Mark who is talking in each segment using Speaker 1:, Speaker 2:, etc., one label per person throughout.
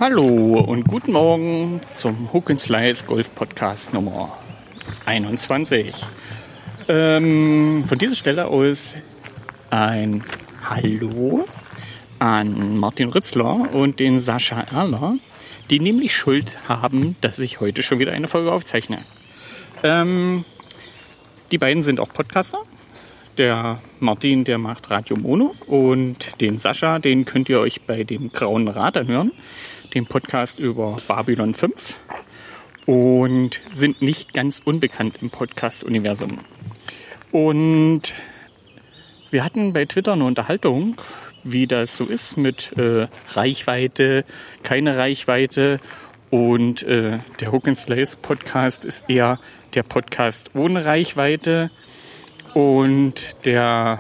Speaker 1: Hallo und guten Morgen zum Hook & Slice Golf Podcast Nummer 21. Von dieser Stelle aus ein Hallo an Martin Rützler und den Sascha Erler, die nämlich Schuld haben, dass ich heute schon wieder eine Folge aufzeichne. Die beiden sind auch Podcaster. Der Martin, der macht Radio Mono, und den Sascha, den könnt ihr euch bei dem Grauen Rat anhören, dem Podcast über Babylon 5, und sind nicht ganz unbekannt im Podcast-Universum. Und wir hatten bei Twitter eine Unterhaltung, wie das so ist mit Reichweite, keine Reichweite, und der Hook & Slice Podcast ist eher der Podcast ohne Reichweite. Und der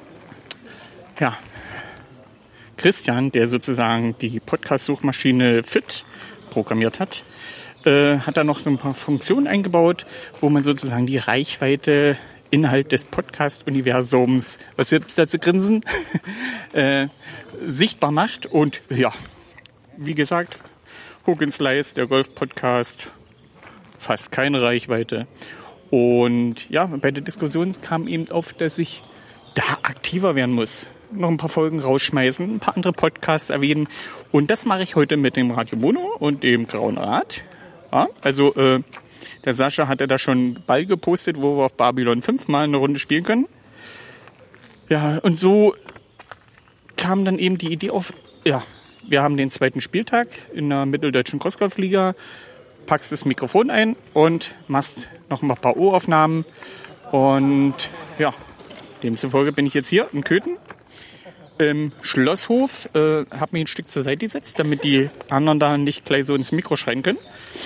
Speaker 1: Christian, der sozusagen die Podcast-Suchmaschine FIT programmiert hat, hat da noch so ein paar Funktionen eingebaut, wo man sozusagen die Reichweite innerhalb des Podcast-Universums, was wird da zu grinsen, sichtbar macht. Und ja, wie gesagt, Hook & Slice, der Golf-Podcast, fast keine Reichweite. Und ja, bei der Diskussion kam eben auf, dass ich da aktiver werden muss. Noch ein paar Folgen rausschmeißen, ein paar andere Podcasts erwähnen. Und das mache ich heute mit dem Radio Mono und dem Grauen Rat. Ja, also der Sascha hatte da schon Ball gepostet, wo wir auf Babylon 5 mal eine Runde spielen können. Ja, und so kam dann eben die Idee auf, ja, wir haben den zweiten Spieltag in der Mitteldeutschen Crossgolf-Liga. Packst das Mikrofon ein und machst noch ein paar O-Aufnahmen. Und ja, demzufolge bin ich jetzt hier in Köthen im Schlosshof. Habe mich ein Stück zur Seite gesetzt, damit die anderen da nicht gleich so ins Mikro schreien können.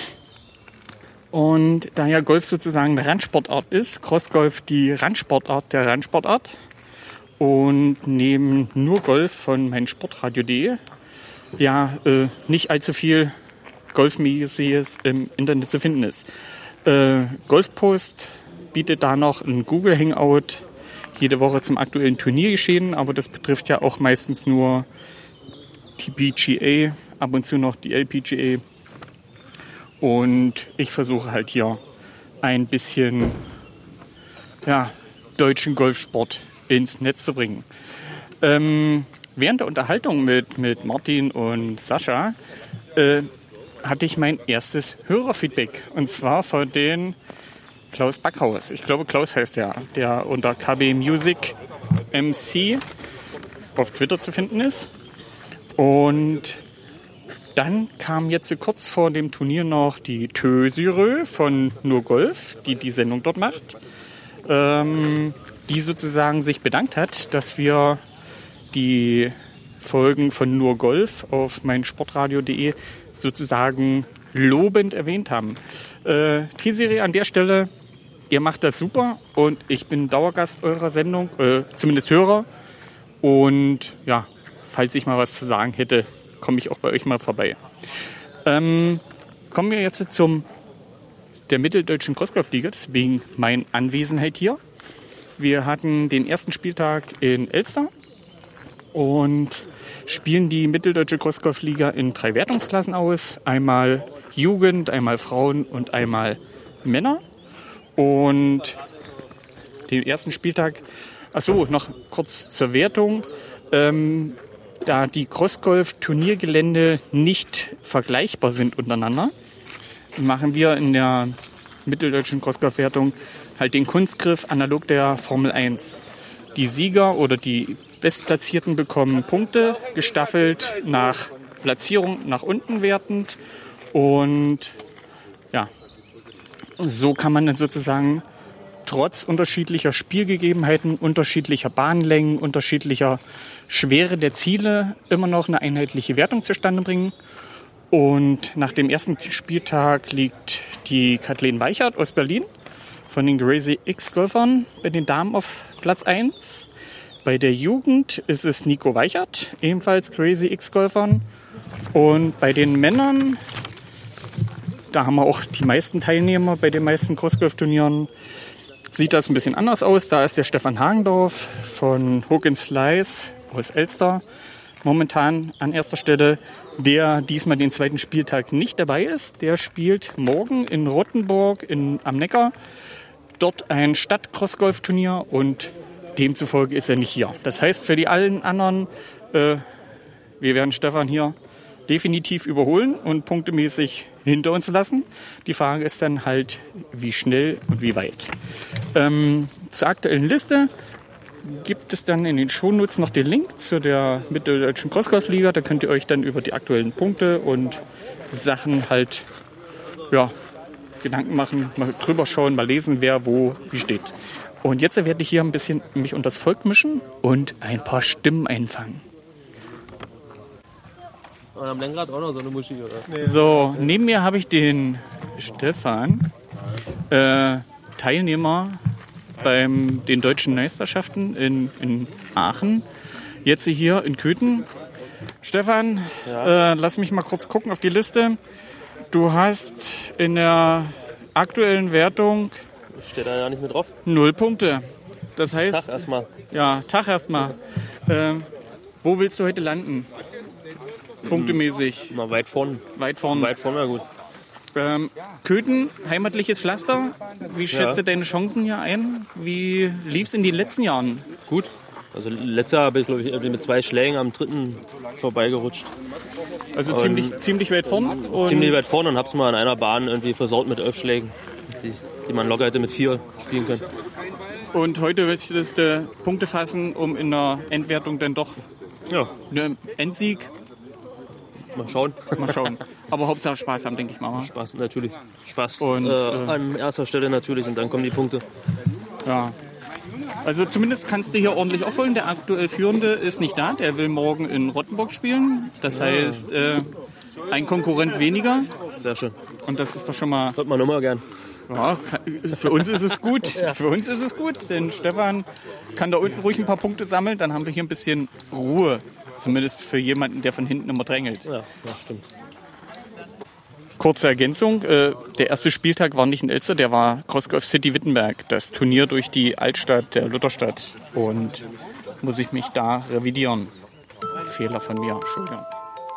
Speaker 1: Und da ja Golf sozusagen eine Randsportart ist, Crossgolf die Randsportart der Randsportart, und neben nur Golf von meinsportradio.de ja nicht allzu viel Golfmäßiges im Internet zu finden ist. Golfpost bietet da noch ein Google Hangout jede Woche zum aktuellen Turniergeschehen, aber das betrifft ja auch meistens nur die PGA, ab und zu noch die LPGA. Und ich versuche halt hier ein bisschen deutschen Golfsport ins Netz zu bringen. Während der Unterhaltung mit Martin und Sascha hatte ich mein erstes Hörerfeedback. Und zwar von den Klaus Backhaus. Ich glaube, Klaus heißt der unter KB Music MC auf Twitter zu finden ist. Und dann kam jetzt kurz vor dem Turnier noch die Tösirö von Nur Golf, die Sendung dort macht, die sozusagen sich bedankt hat, dass wir die Folgen von Nur Golf auf meinsportradio.de sozusagen lobend erwähnt haben. T-Serie an der Stelle, ihr macht das super und ich bin Dauergast eurer Sendung, zumindest Hörer. Und ja, falls ich mal was zu sagen hätte, komme ich auch bei euch mal vorbei. Kommen wir jetzt der Mitteldeutschen Crossgolf-Liga, deswegen meine Anwesenheit hier. Wir hatten den ersten Spieltag in Elster und spielen die Mitteldeutsche Crossgolf-Liga in 3 Wertungsklassen aus. Einmal Jugend, einmal Frauen und einmal Männer. Und den ersten Spieltag, noch kurz zur Wertung. Da die Crossgolf-Turniergelände nicht vergleichbar sind untereinander, machen wir in der Mitteldeutschen Crossgolf-Wertung halt den Kunstgriff analog der Formel 1. Die Sieger oder die Bestplatzierten bekommen Punkte, gestaffelt nach Platzierung nach unten wertend. Und ja, so kann man dann sozusagen trotz unterschiedlicher Spielgegebenheiten, unterschiedlicher Bahnlängen, unterschiedlicher Schwere der Ziele immer noch eine einheitliche Wertung zustande bringen. Und nach dem ersten Spieltag liegt die Kathleen Weichert aus Berlin von den Crazy X-Golfern bei den Damen auf Platz 1. Bei der Jugend ist es Nico Weichert, ebenfalls Crazy X-Golfern. Und bei den Männern, da haben wir auch die meisten Teilnehmer bei den meisten Crossgolf-Turnieren, sieht das ein bisschen anders aus. Da ist der Stefan Hagendorf von Hook & Slice aus Elster momentan an erster Stelle, der diesmal den zweiten Spieltag nicht dabei ist. Der spielt morgen in Rottenburg am Neckar. Dort ein Stadt-Crossgolf-Turnier und demzufolge ist er nicht hier. Das heißt, für die allen anderen, wir werden Stefan hier definitiv überholen und punktemäßig hinter uns lassen. Die Frage ist dann halt, wie schnell und wie weit. Zur aktuellen Liste gibt es dann in den Shownotes noch den Link zu der Mitteldeutschen Crossgolf-Liga. Da könnt ihr euch dann über die aktuellen Punkte und Sachen halt Gedanken machen, mal drüber schauen, mal lesen, wer wo wie steht. Und jetzt werde ich hier ein bisschen mich unter das Volk mischen und ein paar Stimmen einfangen.
Speaker 2: Und am Lenkrad auch noch so eine Muschi, oder? Nee.
Speaker 1: So, neben mir habe ich den Stefan, Teilnehmer den deutschen Meisterschaften in Aachen. Jetzt hier in Köthen. Stefan, lass mich mal kurz gucken auf die Liste. Du hast in der aktuellen Wertung...
Speaker 2: Steht da ja nicht mit drauf?
Speaker 1: 0 Punkte. Das heißt...
Speaker 2: Tag erstmal.
Speaker 1: Ja, Tag erstmal. Wo willst du heute landen? Punktemäßig.
Speaker 2: Mal weit vorne.
Speaker 1: Weit vorne.
Speaker 2: Weit vorne, ja gut.
Speaker 1: Köthen, heimatliches Pflaster. Wie schätzt du deine Chancen hier ein? Wie lief es in den letzten Jahren?
Speaker 2: Gut. Also letztes Jahr bin ich, glaube ich, mit 2 Schlägen am 3. vorbeigerutscht.
Speaker 1: Also ziemlich weit vorne?
Speaker 2: Ziemlich weit vorne und hab's mal an einer Bahn irgendwie versaut mit 11 Schlägen, die man locker hätte mit 4 spielen können.
Speaker 1: Und heute willst du Punkte fassen, um in der Endwertung dann doch einen Endsieg?
Speaker 2: Mal schauen.
Speaker 1: Aber Hauptsache Spaß haben, denke ich mal.
Speaker 2: Spaß, natürlich. Spaß
Speaker 1: und,
Speaker 2: an erster Stelle natürlich und dann kommen die Punkte.
Speaker 1: Ja. Also zumindest kannst du hier ordentlich aufholen. Der aktuell Führende ist nicht da. Der will morgen in Rottenburg spielen. Das heißt, ein Konkurrent weniger.
Speaker 2: Sehr schön.
Speaker 1: Und das ist doch schon mal...
Speaker 2: Hört man immer gern.
Speaker 1: Ja, für uns ist es gut. Für uns ist es gut, denn Stefan kann da unten ruhig ein paar Punkte sammeln. Dann haben wir hier ein bisschen Ruhe. Zumindest für jemanden, der von hinten immer drängelt.
Speaker 2: Ja, stimmt.
Speaker 1: Kurze Ergänzung. Der erste Spieltag war nicht in Elster, der war Crossgolf City Wittenberg. Das Turnier durch die Altstadt der Lutherstadt. Und muss ich mich da revidieren. Fehler von mir. Entschuldigung.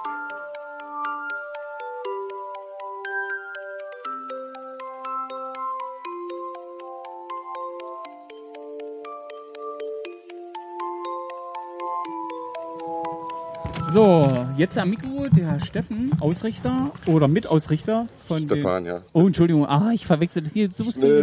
Speaker 1: So, jetzt am Mikro der Steffen, Ausrichter oder Mitausrichter von
Speaker 3: Stefan, ja.
Speaker 1: Oh, Entschuldigung, ich verwechsel das hier. So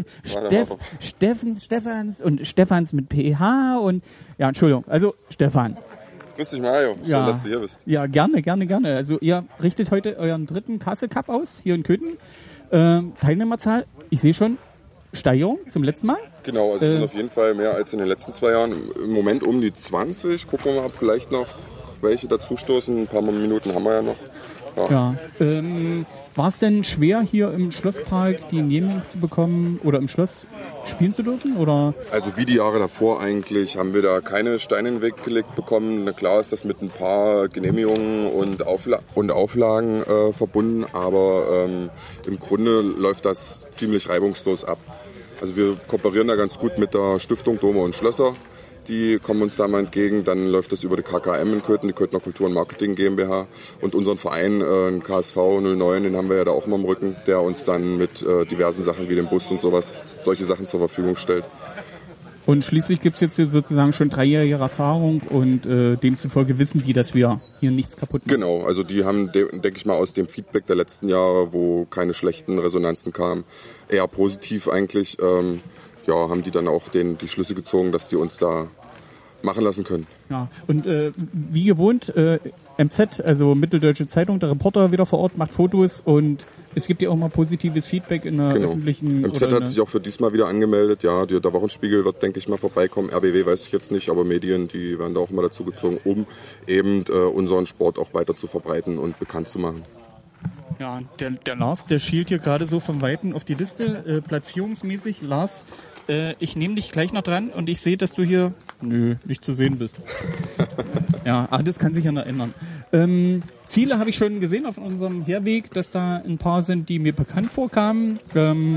Speaker 1: Stefans mit PH und ja, Entschuldigung, also Stefan.
Speaker 3: Grüß dich, Mario. Schön, dass du hier bist.
Speaker 1: Ja, gerne. Also ihr richtet heute euren 3. Castle Cup aus, hier in Köthen. Teilnehmerzahl, ich sehe schon, Steigerung zum letzten Mal.
Speaker 3: Genau, also wir sind auf jeden Fall mehr als in den letzten 2 Jahren. Im Moment um die 20. Gucken wir mal, ob vielleicht noch welche dazustoßen. Ein paar Minuten haben wir ja noch.
Speaker 1: Ja. War es denn schwer, hier im Schlosspark die Genehmigung zu bekommen oder im Schloss spielen zu dürfen? Oder?
Speaker 3: Also wie die Jahre davor eigentlich haben wir da keine Steine in den Weg gelegt bekommen. Na klar ist das mit ein paar Genehmigungen und Auflagen verbunden, aber im Grunde läuft das ziemlich reibungslos ab. Also wir kooperieren da ganz gut mit der Stiftung Dome und Schlösser. Die kommen uns da mal entgegen. Dann läuft das über die KKM in Köthen, die Köthener Kultur- und Marketing GmbH. Und unseren Verein, den KSV 09, den haben wir ja da auch immer im Rücken, der uns dann mit diversen Sachen wie dem Bus und solche Sachen zur Verfügung stellt.
Speaker 1: Und schließlich gibt es jetzt sozusagen schon 3-jährige Erfahrung und demzufolge wissen die, dass wir hier nichts kaputt machen.
Speaker 3: Genau, also die haben, denke ich mal, aus dem Feedback der letzten Jahre, wo keine schlechten Resonanzen kamen, eher positiv eigentlich, haben die dann auch die Schlüsse gezogen, dass die uns da machen lassen können.
Speaker 1: Ja, und wie gewohnt, MZ, also Mitteldeutsche Zeitung, der Reporter wieder vor Ort, macht Fotos und es gibt ja auch mal positives Feedback in der öffentlichen...
Speaker 3: MZ hat sich auch für diesmal wieder angemeldet, ja, der Wochenspiegel wird, denke ich mal, vorbeikommen. RBW weiß ich jetzt nicht, aber Medien, die werden da auch mal dazu gezogen, um eben unseren Sport auch weiter zu verbreiten und bekannt zu machen.
Speaker 1: Ja, der Lars, der schielt hier gerade so vom Weiten auf die Liste, platzierungsmäßig. Lars, ich nehme dich gleich noch dran und ich sehe, dass du hier nicht zu sehen bist. Ja, das kann sich ja noch ändern. Ziele habe ich schon gesehen auf unserem Herweg, dass da ein paar sind, die mir bekannt vorkamen.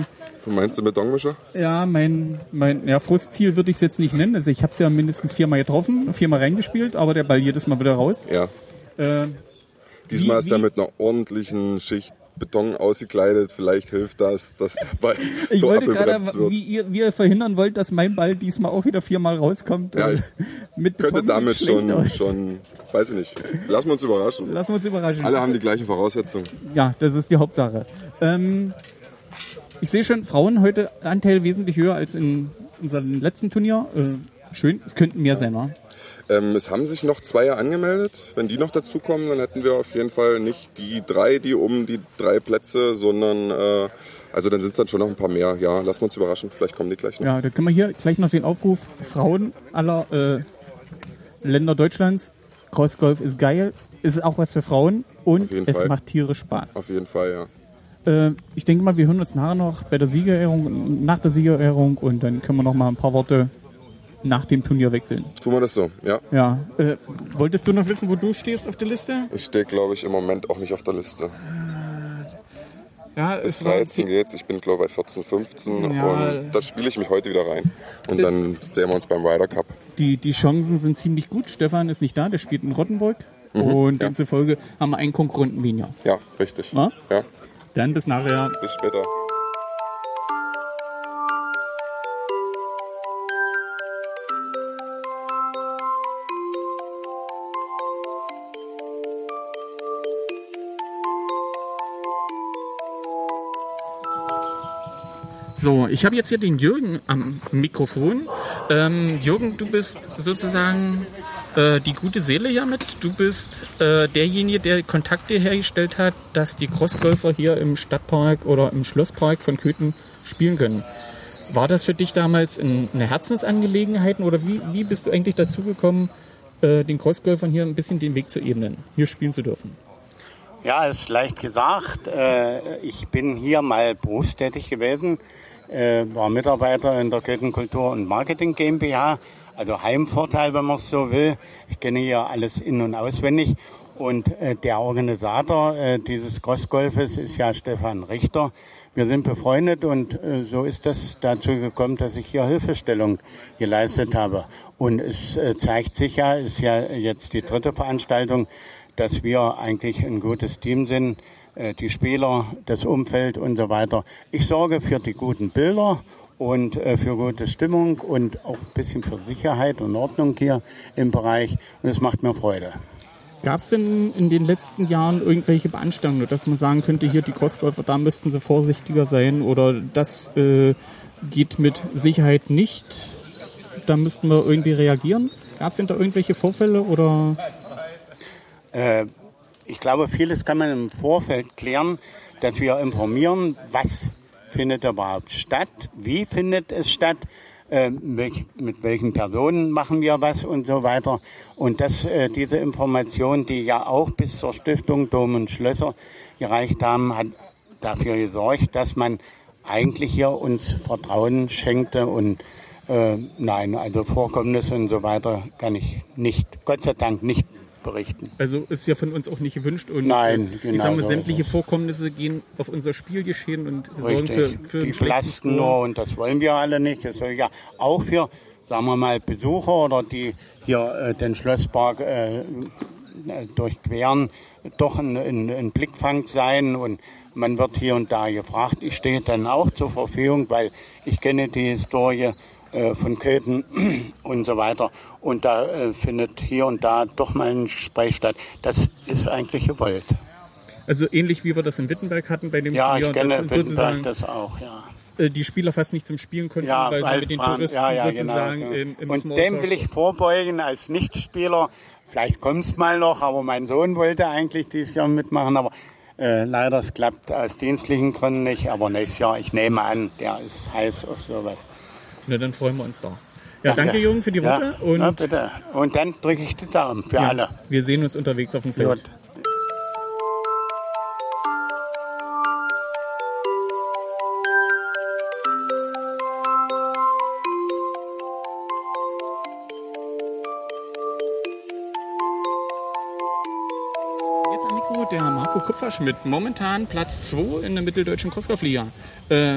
Speaker 3: Meinst du Betonmischer?
Speaker 1: Ja, mein Frustziel würde ich es jetzt nicht nennen. Also ich habe es ja mindestens 4-mal getroffen, 4-mal reingespielt, aber der Ball jedes Mal wieder raus.
Speaker 3: Ja. Diesmal ist er mit einer ordentlichen Schicht Beton ausgekleidet. Vielleicht hilft das, dass der Ball
Speaker 1: ich
Speaker 3: so
Speaker 1: wollte gerade,
Speaker 3: wird.
Speaker 1: wie ihr verhindern wollt, dass mein Ball diesmal auch wieder 4-mal rauskommt.
Speaker 3: Ja, ich
Speaker 1: mit
Speaker 3: könnte damit schon, weiß ich nicht. Lassen wir uns überraschen. Alle haben die gleichen Voraussetzungen.
Speaker 1: Ja, das ist die Hauptsache. Ich sehe schon, Frauen heute Anteil wesentlich höher als in unserem letzten Turnier. Schön, es könnten mehr sein, ne?
Speaker 3: Es haben sich noch 2 angemeldet. Wenn die noch dazukommen, dann hätten wir auf jeden Fall nicht die 3, die um die 3 Plätze, sondern also dann sind es dann schon noch ein paar mehr. Ja, lassen wir uns überraschen. Vielleicht kommen die gleich noch.
Speaker 1: Ja, da können wir hier gleich noch den Aufruf: Frauen aller Länder Deutschlands. Crossgolf ist geil, ist auch was für Frauen und es macht tierisch Spaß.
Speaker 3: Auf jeden Fall, ja.
Speaker 1: Ich denke mal, wir hören uns nachher noch bei der Siegerehrung, nach der Siegerehrung und dann können wir noch mal ein paar Worte nach dem Turnier wechseln.
Speaker 3: Tun wir das so, ja.
Speaker 1: Ja. Wolltest du noch wissen, wo du stehst auf der Liste?
Speaker 3: Ich stehe, glaube ich, im Moment auch nicht auf der Liste.
Speaker 1: Ja,
Speaker 3: bis 13 geht's. Ich bin, glaube ich, bei 14, 15 ja. Und da spiele ich mich heute wieder rein. Und dann sehen wir uns beim Ryder Cup.
Speaker 1: Die Chancen sind ziemlich gut. Stefan ist nicht da, der spielt in Rottenburg. Und demzufolge haben wir einen Konkurrenten weniger.
Speaker 3: Ja, richtig.
Speaker 1: Ja?
Speaker 3: Ja.
Speaker 1: Dann bis nachher.
Speaker 3: Bis später.
Speaker 1: So, ich habe jetzt hier den Jürgen am Mikrofon. Jürgen, du bist sozusagen die gute Seele hier mit. Du bist derjenige, der Kontakte hergestellt hat, dass die Crossgolfer hier im Stadtpark oder im Schlosspark von Köthen spielen können. War das für dich damals eine Herzensangelegenheit oder wie bist du eigentlich dazu gekommen, den Crossgolfern hier ein bisschen den Weg zu ebnen, hier spielen zu dürfen?
Speaker 4: Ja, ist leicht gesagt. Ich bin hier mal berufstätig gewesen, war Mitarbeiter in der Köthen Kultur- und Marketing GmbH, also Heimvorteil, wenn man es so will. Ich kenne hier alles in- und auswendig. Und der Organisator dieses Crossgolfes ist ja Stefan Richter. Wir sind befreundet und so ist das dazu gekommen, dass ich hier Hilfestellung geleistet habe. Und es zeigt sich ja, ist ja jetzt die 3. Veranstaltung, dass wir eigentlich ein gutes Team sind, die Spieler, das Umfeld und so weiter. Ich sorge für die guten Bilder und für gute Stimmung und auch ein bisschen für Sicherheit und Ordnung hier im Bereich und es macht mir Freude.
Speaker 1: Gab es denn in den letzten Jahren irgendwelche Beanstandungen, dass man sagen könnte, hier die Crossgolfer, da müssten sie vorsichtiger sein oder das geht mit Sicherheit nicht, da müssten wir irgendwie reagieren? Gab es denn da irgendwelche Vorfälle oder...
Speaker 4: Ich glaube, vieles kann man im Vorfeld klären, dass wir informieren, was findet überhaupt statt, wie findet es statt, mit welchen Personen machen wir was und so weiter. Und dass diese Informationen, die ja auch bis zur Stiftung Dom und Schlösser gereicht haben, hat dafür gesorgt, dass man eigentlich hier uns Vertrauen schenkte und nein, also Vorkommnisse und so weiter kann ich nicht, Gott sei Dank nicht berichten.
Speaker 1: Also ist ja von uns auch nicht gewünscht und
Speaker 4: nein, genau,
Speaker 1: ich sage mal, sämtliche Vorkommnisse gehen auf unser Spielgeschehen und sorgen für
Speaker 4: die belasten nur und das wollen wir alle nicht. Das soll ja auch für, sagen wir mal, Besucher oder die hier den Schlosspark durchqueren, doch ein Blickfang sein und man wird hier und da gefragt. Ich stehe dann auch zur Verfügung, weil ich kenne die Historie von Köthen und so weiter. Und da findet hier und da doch mal ein Gespräch statt. Das ist eigentlich gewollt.
Speaker 1: Also ähnlich wie wir das in Wittenberg hatten bei dem
Speaker 4: Turnier.
Speaker 1: Ja,
Speaker 4: ich kenne Wittenberg das auch, ja.
Speaker 1: Die Spieler fast nicht zum Spielen konnten,
Speaker 4: ja,
Speaker 1: weil sie mit den Touristen sozusagen
Speaker 4: genau.
Speaker 1: im
Speaker 4: und dem will ich vorbeugen als Nichtspieler. Vielleicht kommt es mal noch, aber mein Sohn wollte eigentlich dieses Jahr mitmachen, aber leider, es klappt aus dienstlichen Gründen nicht. Aber nächstes Jahr, ich nehme an, der ist heiß auf sowas.
Speaker 1: Na, dann freuen wir uns da. Ja, danke Jürgen für die Worte.
Speaker 4: Ja, und, bitte. Und dann drücke ich die Daumen für alle.
Speaker 1: Wir sehen uns unterwegs auf dem Feld. Gut. Jetzt am Mikro der Marco Kupferschmidt, momentan Platz 2 in der mitteldeutschen Crossgolf-Liga.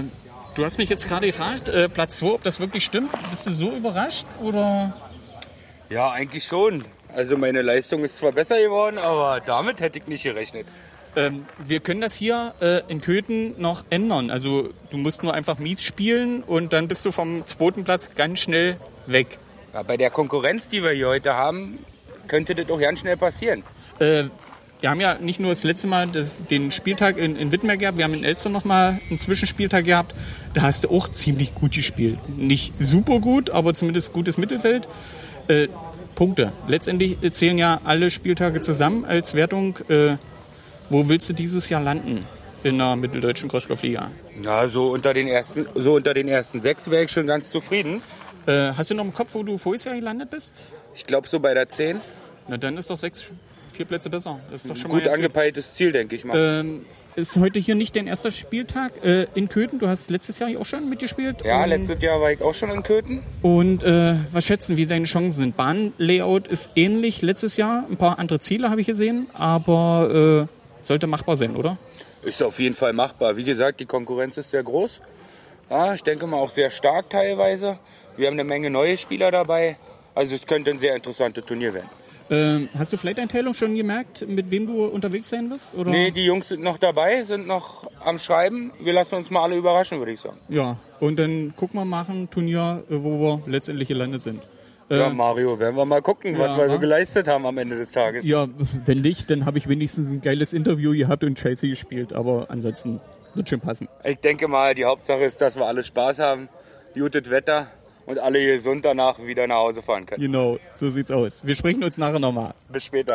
Speaker 1: Du hast mich jetzt gerade gefragt, Platz 2, ob das wirklich stimmt. Bist du so überrascht oder?
Speaker 5: Ja, eigentlich schon. Also meine Leistung ist zwar besser geworden, aber damit hätte ich nicht gerechnet.
Speaker 1: Wir können das hier in Köthen noch ändern. Also du musst nur einfach mies spielen und dann bist du vom 2. Platz ganz schnell weg.
Speaker 5: Ja, bei der Konkurrenz, die wir hier heute haben, könnte das auch ganz schnell passieren.
Speaker 1: Wir haben ja nicht nur das letzte Mal den Spieltag in Wittenberg gehabt, wir haben in Elster noch mal einen Zwischenspieltag gehabt. Da hast du auch ziemlich gut gespielt. Nicht super gut, aber zumindest gutes Mittelfeld. Punkte. Letztendlich zählen ja alle Spieltage zusammen als Wertung. Wo willst du dieses Jahr landen in der mitteldeutschen Crosslauf-Liga?
Speaker 5: Na, so unter den ersten 6 wäre ich schon ganz zufrieden.
Speaker 1: Hast du noch im Kopf, wo du voriges Jahr gelandet bist?
Speaker 5: Ich glaube so bei der 10.
Speaker 1: Na, dann ist doch 4 Plätze besser. Das ist doch schon
Speaker 5: Gut
Speaker 1: mal
Speaker 5: angepeiltes Ziel, denke ich mal.
Speaker 1: Ist heute hier nicht dein erster Spieltag in Köthen? Du hast letztes Jahr hier auch schon mitgespielt?
Speaker 5: Ja, letztes Jahr war ich auch schon in Köthen.
Speaker 1: Und was schätzen, wie deine Chancen sind? Bahnlayout ist ähnlich letztes Jahr. Ein paar andere Ziele habe ich gesehen, aber sollte machbar sein, oder?
Speaker 5: Ist auf jeden Fall machbar. Wie gesagt, die Konkurrenz ist sehr groß. Ja, ich denke mal auch sehr stark teilweise. Wir haben eine Menge neue Spieler dabei. Also es könnte ein sehr interessantes Turnier werden.
Speaker 1: Hast du Flight-Einteilung schon gemerkt, mit wem du unterwegs sein wirst? Oder?
Speaker 5: Nee, die Jungs sind noch dabei, sind noch am Schreiben. Wir lassen uns mal alle überraschen, würde ich sagen.
Speaker 1: Ja, und dann gucken wir mal ein Turnier, wo wir letztendlich gelandet sind.
Speaker 5: Ja, Mario, werden wir mal gucken, was wir so geleistet haben am Ende des Tages.
Speaker 1: Ja, wenn nicht, dann habe ich wenigstens ein geiles Interview gehabt und scheiße gespielt. Aber ansonsten wird schon passen.
Speaker 5: Ich denke mal, die Hauptsache ist, dass wir alle Spaß haben, gutes Wetter und alle gesund danach wieder nach Hause fahren können.
Speaker 1: Genau, so sieht's aus. Wir sprechen uns nachher nochmal.
Speaker 5: Bis später.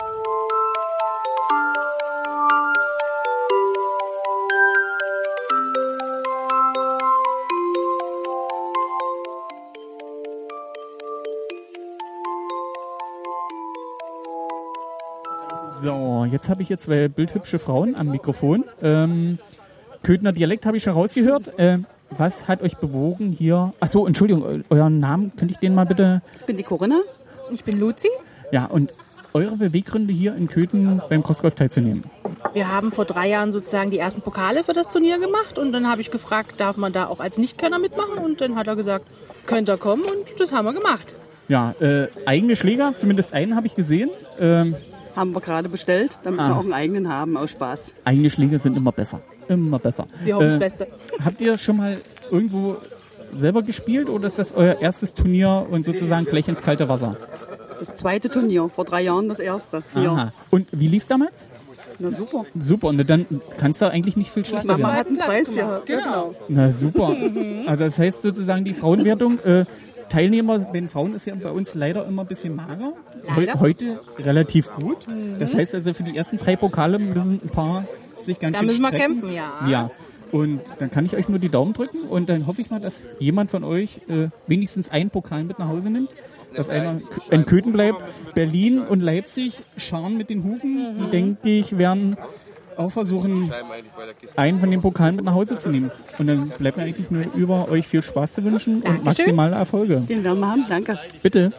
Speaker 1: So, jetzt habe ich 2 bildhübsche Frauen am Mikrofon. Köthener Dialekt habe ich schon rausgehört. Was hat euch bewogen hier? Achso, Entschuldigung, euren Namen, könnte ich den mal bitte?
Speaker 6: Ich bin die Corinna.
Speaker 7: Ich bin Luzi.
Speaker 1: Ja, und eure Beweggründe hier in Köthen beim Crossgolf teilzunehmen?
Speaker 7: Wir haben vor 3 Jahren sozusagen die ersten Pokale für das Turnier gemacht und dann habe ich gefragt, darf man da auch als Nichtkönner mitmachen? Und dann hat er gesagt, könnt ihr kommen und das haben wir gemacht.
Speaker 1: Ja, eigene Schläger, zumindest einen habe ich gesehen.
Speaker 6: Haben wir gerade bestellt, damit wir auch einen eigenen haben, aus Spaß.
Speaker 1: Eigene Schläger sind immer besser. Immer besser.
Speaker 7: Wir hoffen das Beste.
Speaker 1: Habt ihr schon mal irgendwo selber gespielt oder ist das euer erstes Turnier und sozusagen gleich ins kalte Wasser?
Speaker 6: Das 2. Turnier, vor 3 Jahren das erste. Hier.
Speaker 1: Aha. Und wie lief's damals?
Speaker 6: Na super.
Speaker 1: Super, und dann kannst du eigentlich nicht viel schlechter
Speaker 6: Mama
Speaker 1: werden.
Speaker 6: hat einen Preis, ja. Genau.
Speaker 1: Na super. Also das heißt sozusagen die Frauenwertung, Teilnehmer bei den Frauen ist ja bei uns leider immer ein bisschen mager. Heute relativ gut. Das heißt also für die ersten 3 Pokale müssen ein paar sich ganz schön strecken.
Speaker 7: Da müssen wir kämpfen, ja.
Speaker 1: Ja. Und dann kann ich euch nur die Daumen drücken und dann hoffe ich mal, dass jemand von euch wenigstens einen Pokal mit nach Hause nimmt. Dass einer in Köthen bleibt. Berlin und Leipzig scharen mit den Hufen. Die, denke ich, werden auch versuchen, einen von den Pokalen mit nach Hause zu nehmen. Und dann bleibt mir eigentlich nur über euch viel Spaß zu wünschen und maximale Erfolge.
Speaker 6: Den werden wir haben, danke.
Speaker 1: Bitte.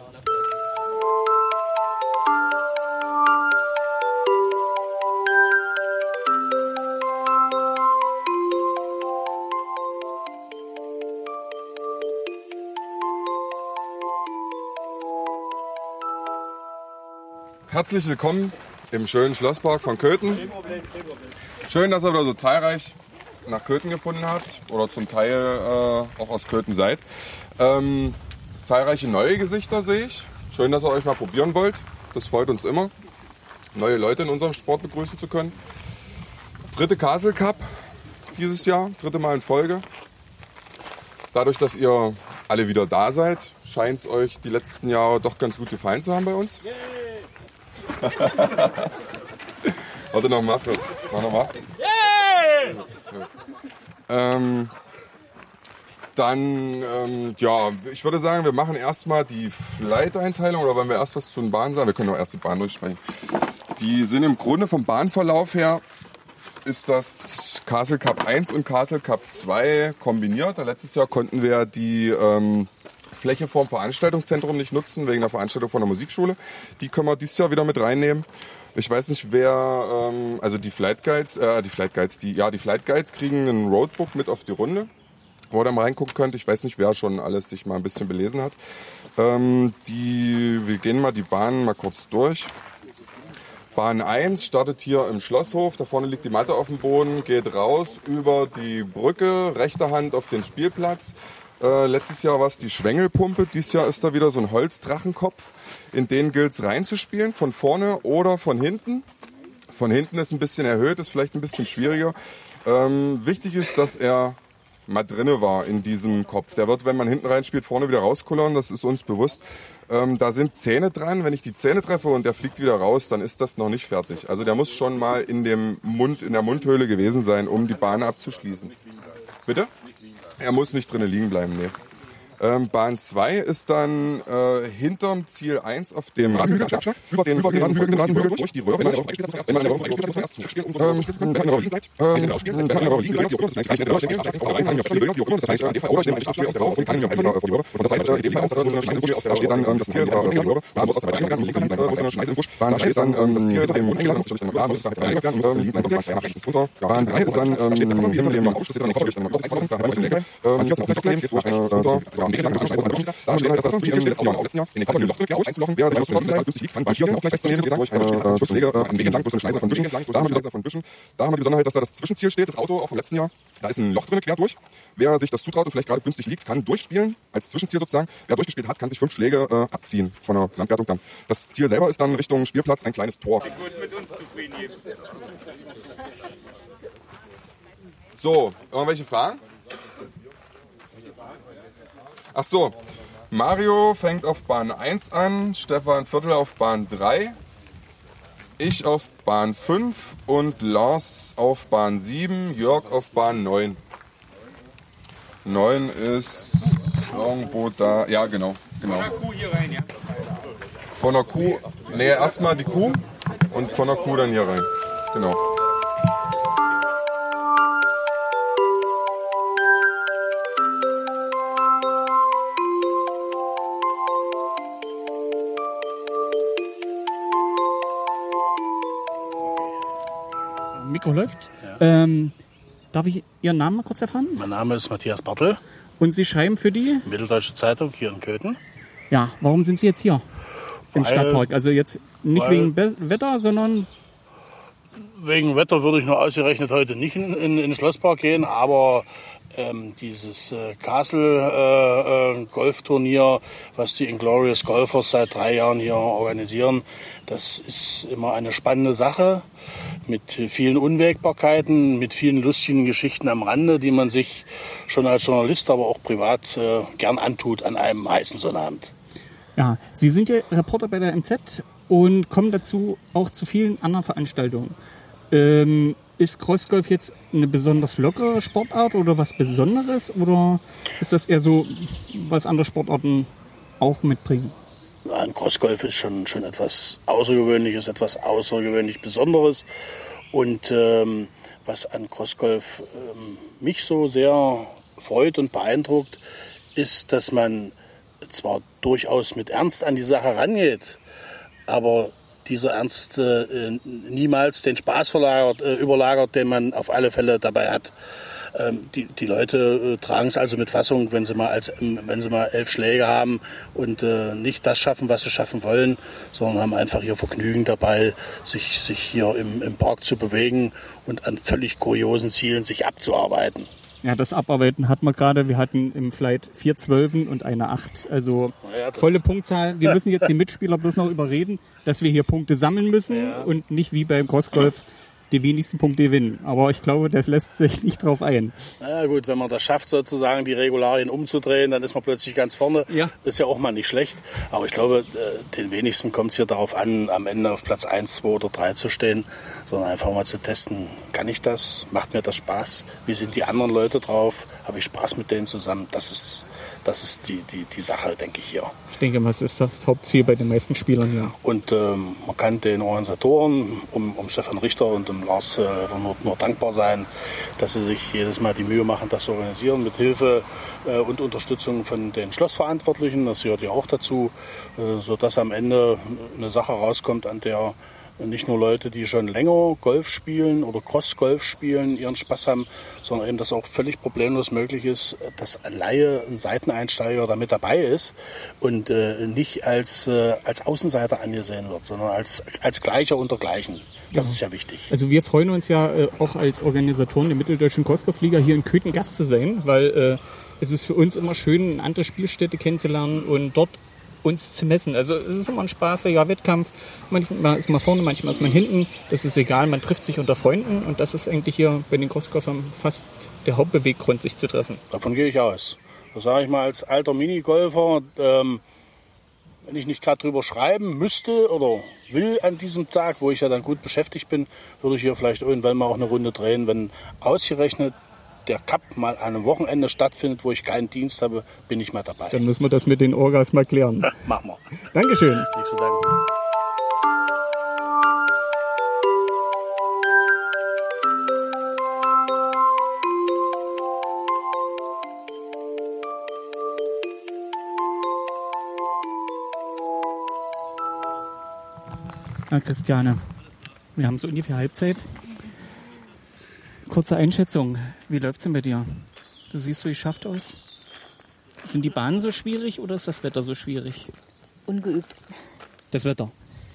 Speaker 3: Herzlich willkommen im schönen Schlosspark von Köthen. Schön, dass ihr wieder so zahlreich nach Köthen gefunden habt oder zum Teil auch aus Köthen seid. Zahlreiche neue Gesichter sehe ich. Schön, dass ihr euch mal probieren wollt. Das freut uns immer, neue Leute in unserem Sport begrüßen zu können. 3. Castle Cup dieses Jahr, 3. Mal in Folge. Dadurch, dass ihr alle wieder da seid, scheint es euch die letzten Jahre doch ganz gut gefallen zu haben bei uns. Warte noch, mach das. Mach noch mal. Ja, ich würde sagen, wir machen erstmal die Flight-Einteilung, oder wollen wir erst was zu den Bahnen sagen? Wir können auch erst die Bahn durchsprechen. Die sind im Grunde vom Bahnverlauf her, ist das Castle Cup 1 und Castle Cup 2 kombiniert. Letztes Jahr konnten wir die Fläche vom Veranstaltungszentrum nicht nutzen, wegen der Veranstaltung von der Musikschule. Die können wir dieses Jahr wieder mit reinnehmen. Ich weiß nicht, wer, also die Flight Guides kriegen ein Roadbook mit auf die Runde. wo ihr da mal reingucken könnt. Ich weiß nicht, wer schon alles sich mal ein bisschen belesen hat. Wir gehen mal die Bahnen mal kurz durch. Bahn 1 startet hier im Schlosshof. Da vorne liegt die Matte auf dem Boden, geht raus über die Brücke, rechte Hand auf den Spielplatz. Letztes Jahr war es die Schwengelpumpe. Dieses Jahr ist da wieder so ein Holzdrachenkopf. In den gilt es reinzuspielen, von vorne oder von hinten. Von hinten ist ein bisschen erhöht, ist vielleicht ein bisschen schwieriger. Wichtig ist, dass er mal drinne war in diesem Kopf. Der wird, wenn man hinten reinspielt, vorne wieder rauskullern. Das ist uns bewusst. Da sind Zähne dran. Wenn ich die Zähne treffe und der fliegt wieder raus, dann ist das noch nicht fertig. Also der muss schon mal in der Mundhöhle gewesen sein, um die Bahn abzuschließen. Bitte? Er muss nicht drinnen liegen bleiben, nee. Bahn 2 ist dann hinterm Ziel 1 auf dem Rasenhügel, über den Rasenhügel durch die Röhre. Wenn man in der Röhre eingespielt hat, muss man erst zuspielen und dann in der Röhre liegen bleibt. Wenn der Röhre liegen bleibt, das heißt, in der Röhre stecken, das heißt, oder ich nehme einen Abspiel aus der Röhre und kann ihn entweder vor die Röhre. Und das heißt, in dem Fall so eine Schneise im Busch, da steht dann das Tier in der Röhre, da muss aus der Weite eingegangen, Musik kommt, wo so eine Schneise im Busch. Bahn 3 ist dann das Tier hinter dem Mund eingelassen, natürlich dann muss es halt eingegangen und liegt dann gleich nach rechts runter. Bahn 3 ist dann hinter dem Ausschluss, steht dann noch vorgestellt, dann noch da hat man den hier ist noch ein Problem, geht durch rechts runter, da steht halt, dass das Ziel im letzten Jahr in den Kasten Loch drin einzulaufen, wer sich aus dem günstig liegt, kann. Beim Schießen auch gleich festzunehmen, wie gesagt, durch eine Schläge am Weg entlang, durch so eine Schneise von Büschen entlang. Da haben wir die Besonderheit, dass da das Zwischenziel steht, das Auto auch vom letzten Jahr. Da ist ein Loch drin, quer durch. Wer sich das zutraut und vielleicht gerade günstig liegt, kann durchspielen, als Zwischenziel sozusagen. Wer durchgespielt hat, kann sich 5 Schläge abziehen von der Gesamtwertung dann. Das Ziel selber ist dann Richtung Spielplatz ein kleines Tor. So, irgendwelche Fragen? Ach so, Mario fängt auf Bahn 1 an, Stefan Viertel auf Bahn 3, ich auf Bahn 5 und Lars auf Bahn 7, Jörg auf Bahn 9. 9 ist irgendwo da, ja genau. Von der Kuh hier rein, ja? Von der Kuh, nee, erstmal die Kuh und von der Kuh dann hier rein, genau.
Speaker 1: Mikro läuft. Ja. Darf ich Ihren Namen mal kurz erfahren?
Speaker 8: Mein Name ist Matthias Bartel.
Speaker 1: Und Sie schreiben für die?
Speaker 8: Mitteldeutsche Zeitung hier in Köthen.
Speaker 1: Ja, warum sind Sie jetzt hier im Stadtpark? Also jetzt nicht wegen Wetter, sondern...
Speaker 8: Wegen Wetter würde ich nur ausgerechnet heute nicht in den Schlosspark gehen, aber dieses Castle Golfturnier, was die Inglorious Golfers seit 3 Jahren hier organisieren, das ist immer eine spannende Sache mit vielen Unwägbarkeiten, mit vielen lustigen Geschichten am Rande, die man sich schon als Journalist, aber auch privat gern antut an einem heißen Sonnabend.
Speaker 1: Ja, Sie sind ja Reporter bei der MZ und kommen dazu auch zu vielen anderen Veranstaltungen. Ist Crossgolf jetzt eine besonders lockere Sportart oder was Besonderes? Oder ist das eher so, was andere Sportarten auch mitbringen?
Speaker 8: Ein Crossgolf ist schon etwas Außergewöhnliches, etwas außergewöhnlich Besonderes. Und was an Crossgolf mich so sehr freut und beeindruckt, ist, dass man zwar durchaus mit Ernst an die Sache rangeht, aber dieser Ernst niemals den Spaß überlagert, den man auf alle Fälle dabei hat. Die Leute tragen es also mit Fassung, wenn sie mal 11 Schläge haben und nicht das schaffen, was sie schaffen wollen, sondern haben einfach ihr Vergnügen dabei, sich hier im Park zu bewegen und an völlig kuriosen Zielen sich abzuarbeiten.
Speaker 1: Ja, das Abarbeiten hatten wir gerade. Wir hatten im Flight 4 Zwölfen und eine 8. Also volle Punktzahl. Wir müssen jetzt die Mitspieler bloß noch überreden, dass wir hier Punkte sammeln müssen und nicht wie beim Crossgolf die wenigsten Punkte gewinnen. Aber ich glaube, das lässt sich nicht drauf ein.
Speaker 8: Na gut, wenn man das schafft, sozusagen die Regularien umzudrehen, dann ist man plötzlich ganz vorne. Ja. Ist ja auch mal nicht schlecht. Aber ich glaube, den wenigsten kommt es hier darauf an, am Ende auf Platz 1, 2 oder 3 zu stehen, sondern einfach mal zu testen, kann ich das? Macht mir das Spaß? Wie sind die anderen Leute drauf? Habe ich Spaß mit denen zusammen? Das ist die Sache, denke ich hier.
Speaker 1: Ich denke, das ist das Hauptziel bei den meisten Spielern, ja.
Speaker 8: Und man kann den Organisatoren, um Stefan Richter und um Lars nur dankbar sein, dass sie sich jedes Mal die Mühe machen, das zu organisieren, mit Hilfe und Unterstützung von den Schlossverantwortlichen, das gehört ja auch dazu, sodass am Ende eine Sache rauskommt, an der Und nicht nur Leute, die schon länger Golf spielen oder Cross-Golf spielen, ihren Spaß haben, sondern eben, dass auch völlig problemlos möglich ist, dass ein Laie, ein Seiteneinsteiger da mit dabei ist und nicht als Außenseiter angesehen wird, sondern als Gleicher unter Gleichen. Das ist ja wichtig.
Speaker 1: Also wir freuen uns ja auch als Organisatoren der Mitteldeutschen Cross-Golf-Liga hier in Köthen Gast zu sein, weil es ist für uns immer schön, eine andere Spielstätte kennenzulernen und dort uns zu messen. Also es ist immer ein spaßiger Wettkampf. Manchmal ist man vorne, manchmal ist man hinten. Das ist egal, man trifft sich unter Freunden und das ist eigentlich hier bei den Crossgolfern fast der Hauptbeweggrund, sich zu treffen.
Speaker 8: Davon gehe ich aus. Das sage ich mal als alter Minigolfer, wenn ich nicht gerade drüber schreiben müsste oder will an diesem Tag, wo ich ja dann gut beschäftigt bin, würde ich hier vielleicht irgendwann mal auch eine Runde drehen, wenn ausgerechnet der Cup mal an einem Wochenende stattfindet, wo ich keinen Dienst habe, bin ich mal dabei.
Speaker 1: Dann müssen wir das mit den Orgas mal klären.
Speaker 8: Machen wir.
Speaker 1: Dankeschön.
Speaker 8: Nichts zu danken.
Speaker 1: Na Christiane, wir haben so ungefähr Halbzeit. Kurze Einschätzung, wie läuft's denn bei dir? Du siehst so geschafft aus. Sind die Bahnen so schwierig oder ist das Wetter so schwierig?
Speaker 9: Ungeübt.
Speaker 1: Das Wetter.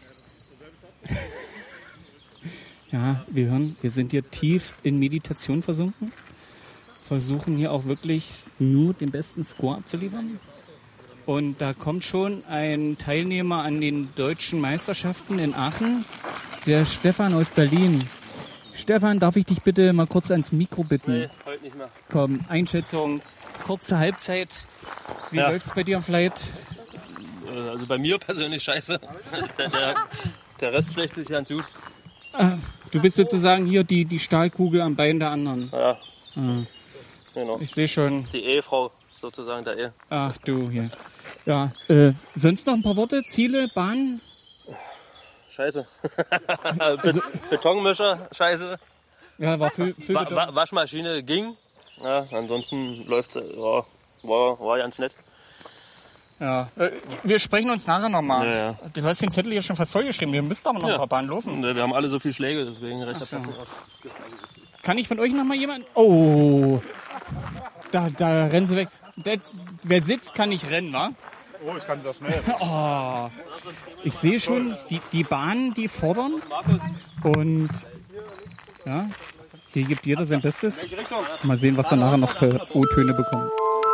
Speaker 1: Ja, wir hören, wir sind hier tief in Meditation versunken. Versuchen hier auch wirklich nur den besten Score abzuliefern. Und da kommt schon ein Teilnehmer an den deutschen Meisterschaften in Aachen, der Stefan aus Berlin. Stefan, darf ich dich bitte mal kurz ans Mikro bitten?
Speaker 2: Nee, heute nicht mehr.
Speaker 1: Komm, Einschätzung, kurze Halbzeit. Wie läuft's bei dir am Flight?
Speaker 2: Also bei mir persönlich scheiße. Der Rest schlägt sich ganz gut.
Speaker 1: Du bist sozusagen hier die Stahlkugel am Bein der anderen.
Speaker 2: Ja. Genau.
Speaker 1: Ich sehe schon.
Speaker 2: Die Ehefrau sozusagen der Ehe.
Speaker 1: Ach du, hier. Ja, sonst noch ein paar Worte, Ziele, Bahnen?
Speaker 2: Scheiße. Betonmischer, scheiße.
Speaker 1: Ja, war viel Beton.
Speaker 2: Waschmaschine ging. Ja, ansonsten läuft's, ja, war ganz nett.
Speaker 1: Ja, wir sprechen uns nachher nochmal.
Speaker 2: Ja.
Speaker 1: Du hast den Zettel hier schon fast vollgeschrieben. Wir müssen aber noch ein paar Bahnen laufen.
Speaker 2: Wir haben alle so viele Schläge, deswegen reicht das
Speaker 1: so.
Speaker 2: Platz nicht auf.
Speaker 1: Kann ich von euch nochmal jemanden? Oh, da rennen sie weg. Wer sitzt, kann nicht rennen, wa?
Speaker 10: Oh, ich kann sehr schnell.
Speaker 1: Oh, ich sehe schon, die Bahnen, die fordern. Und ja, hier gibt jeder sein Bestes. Mal sehen, was wir nachher noch für O-Töne bekommen.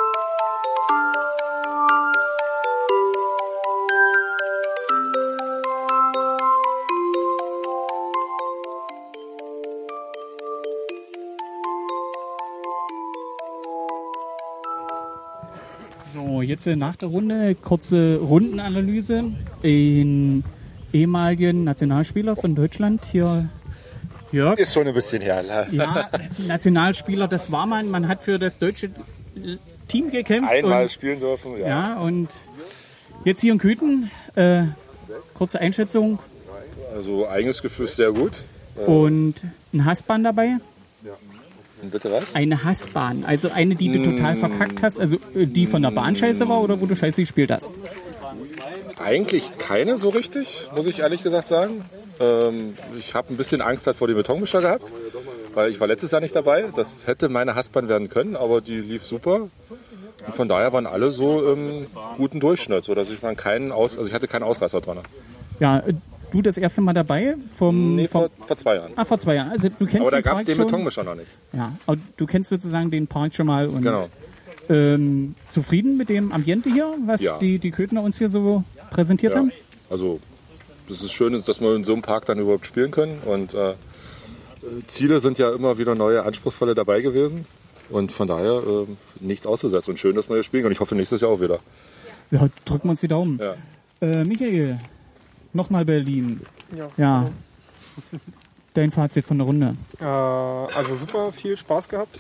Speaker 1: So, jetzt nach der Runde kurze Rundenanalyse. Den ehemaligen Nationalspieler von Deutschland hier, Jörg.
Speaker 10: Ist schon ein bisschen her.
Speaker 1: Ja, Nationalspieler, das war man. Man hat für das deutsche Team gekämpft.
Speaker 10: Einmal spielen dürfen, ja.
Speaker 1: Ja, und jetzt hier in Köthen, kurze Einschätzung.
Speaker 10: Also eigenes Gefühl ist sehr gut.
Speaker 1: Und ein Hassbahn dabei?
Speaker 10: Bitte was?
Speaker 1: Eine Hassbahn, also eine, die du total verkackt hast, also die von der Bahn scheiße war oder wo du scheiße gespielt hast?
Speaker 10: Eigentlich keine so richtig, muss ich ehrlich gesagt sagen. Ich habe ein bisschen Angst vor dem Betonmischer gehabt, weil ich war letztes Jahr nicht dabei. Das hätte meine Hassbahn werden können, aber die lief super. Und von daher waren alle so im guten Durchschnitt, sodass ich ich hatte keinen Ausreißer dran.
Speaker 1: Ja, du das erste Mal dabei?
Speaker 10: Vor 2 Jahren.
Speaker 1: Vor 2 Jahren. Also, du kennst
Speaker 10: aber da
Speaker 1: den
Speaker 10: gab es
Speaker 1: Park
Speaker 10: den
Speaker 1: schon.
Speaker 10: Betonmischer noch nicht.
Speaker 1: Ja, aber du kennst sozusagen den Park schon mal. Und,
Speaker 10: genau.
Speaker 1: Zufrieden mit dem Ambiente hier, was die Köthener uns hier so präsentiert haben?
Speaker 10: Also das ist schön, dass wir in so einem Park dann überhaupt spielen können. Und Ziele sind ja immer wieder neue, anspruchsvolle dabei gewesen. Und von daher nichts ausgesetzt. Und schön, dass wir hier spielen können. Ich hoffe nächstes Jahr auch wieder.
Speaker 1: Ja, drücken wir uns die Daumen.
Speaker 10: Ja.
Speaker 1: Michael, nochmal Berlin. Ja. Dein Fazit von der Runde?
Speaker 11: Also super, viel Spaß gehabt.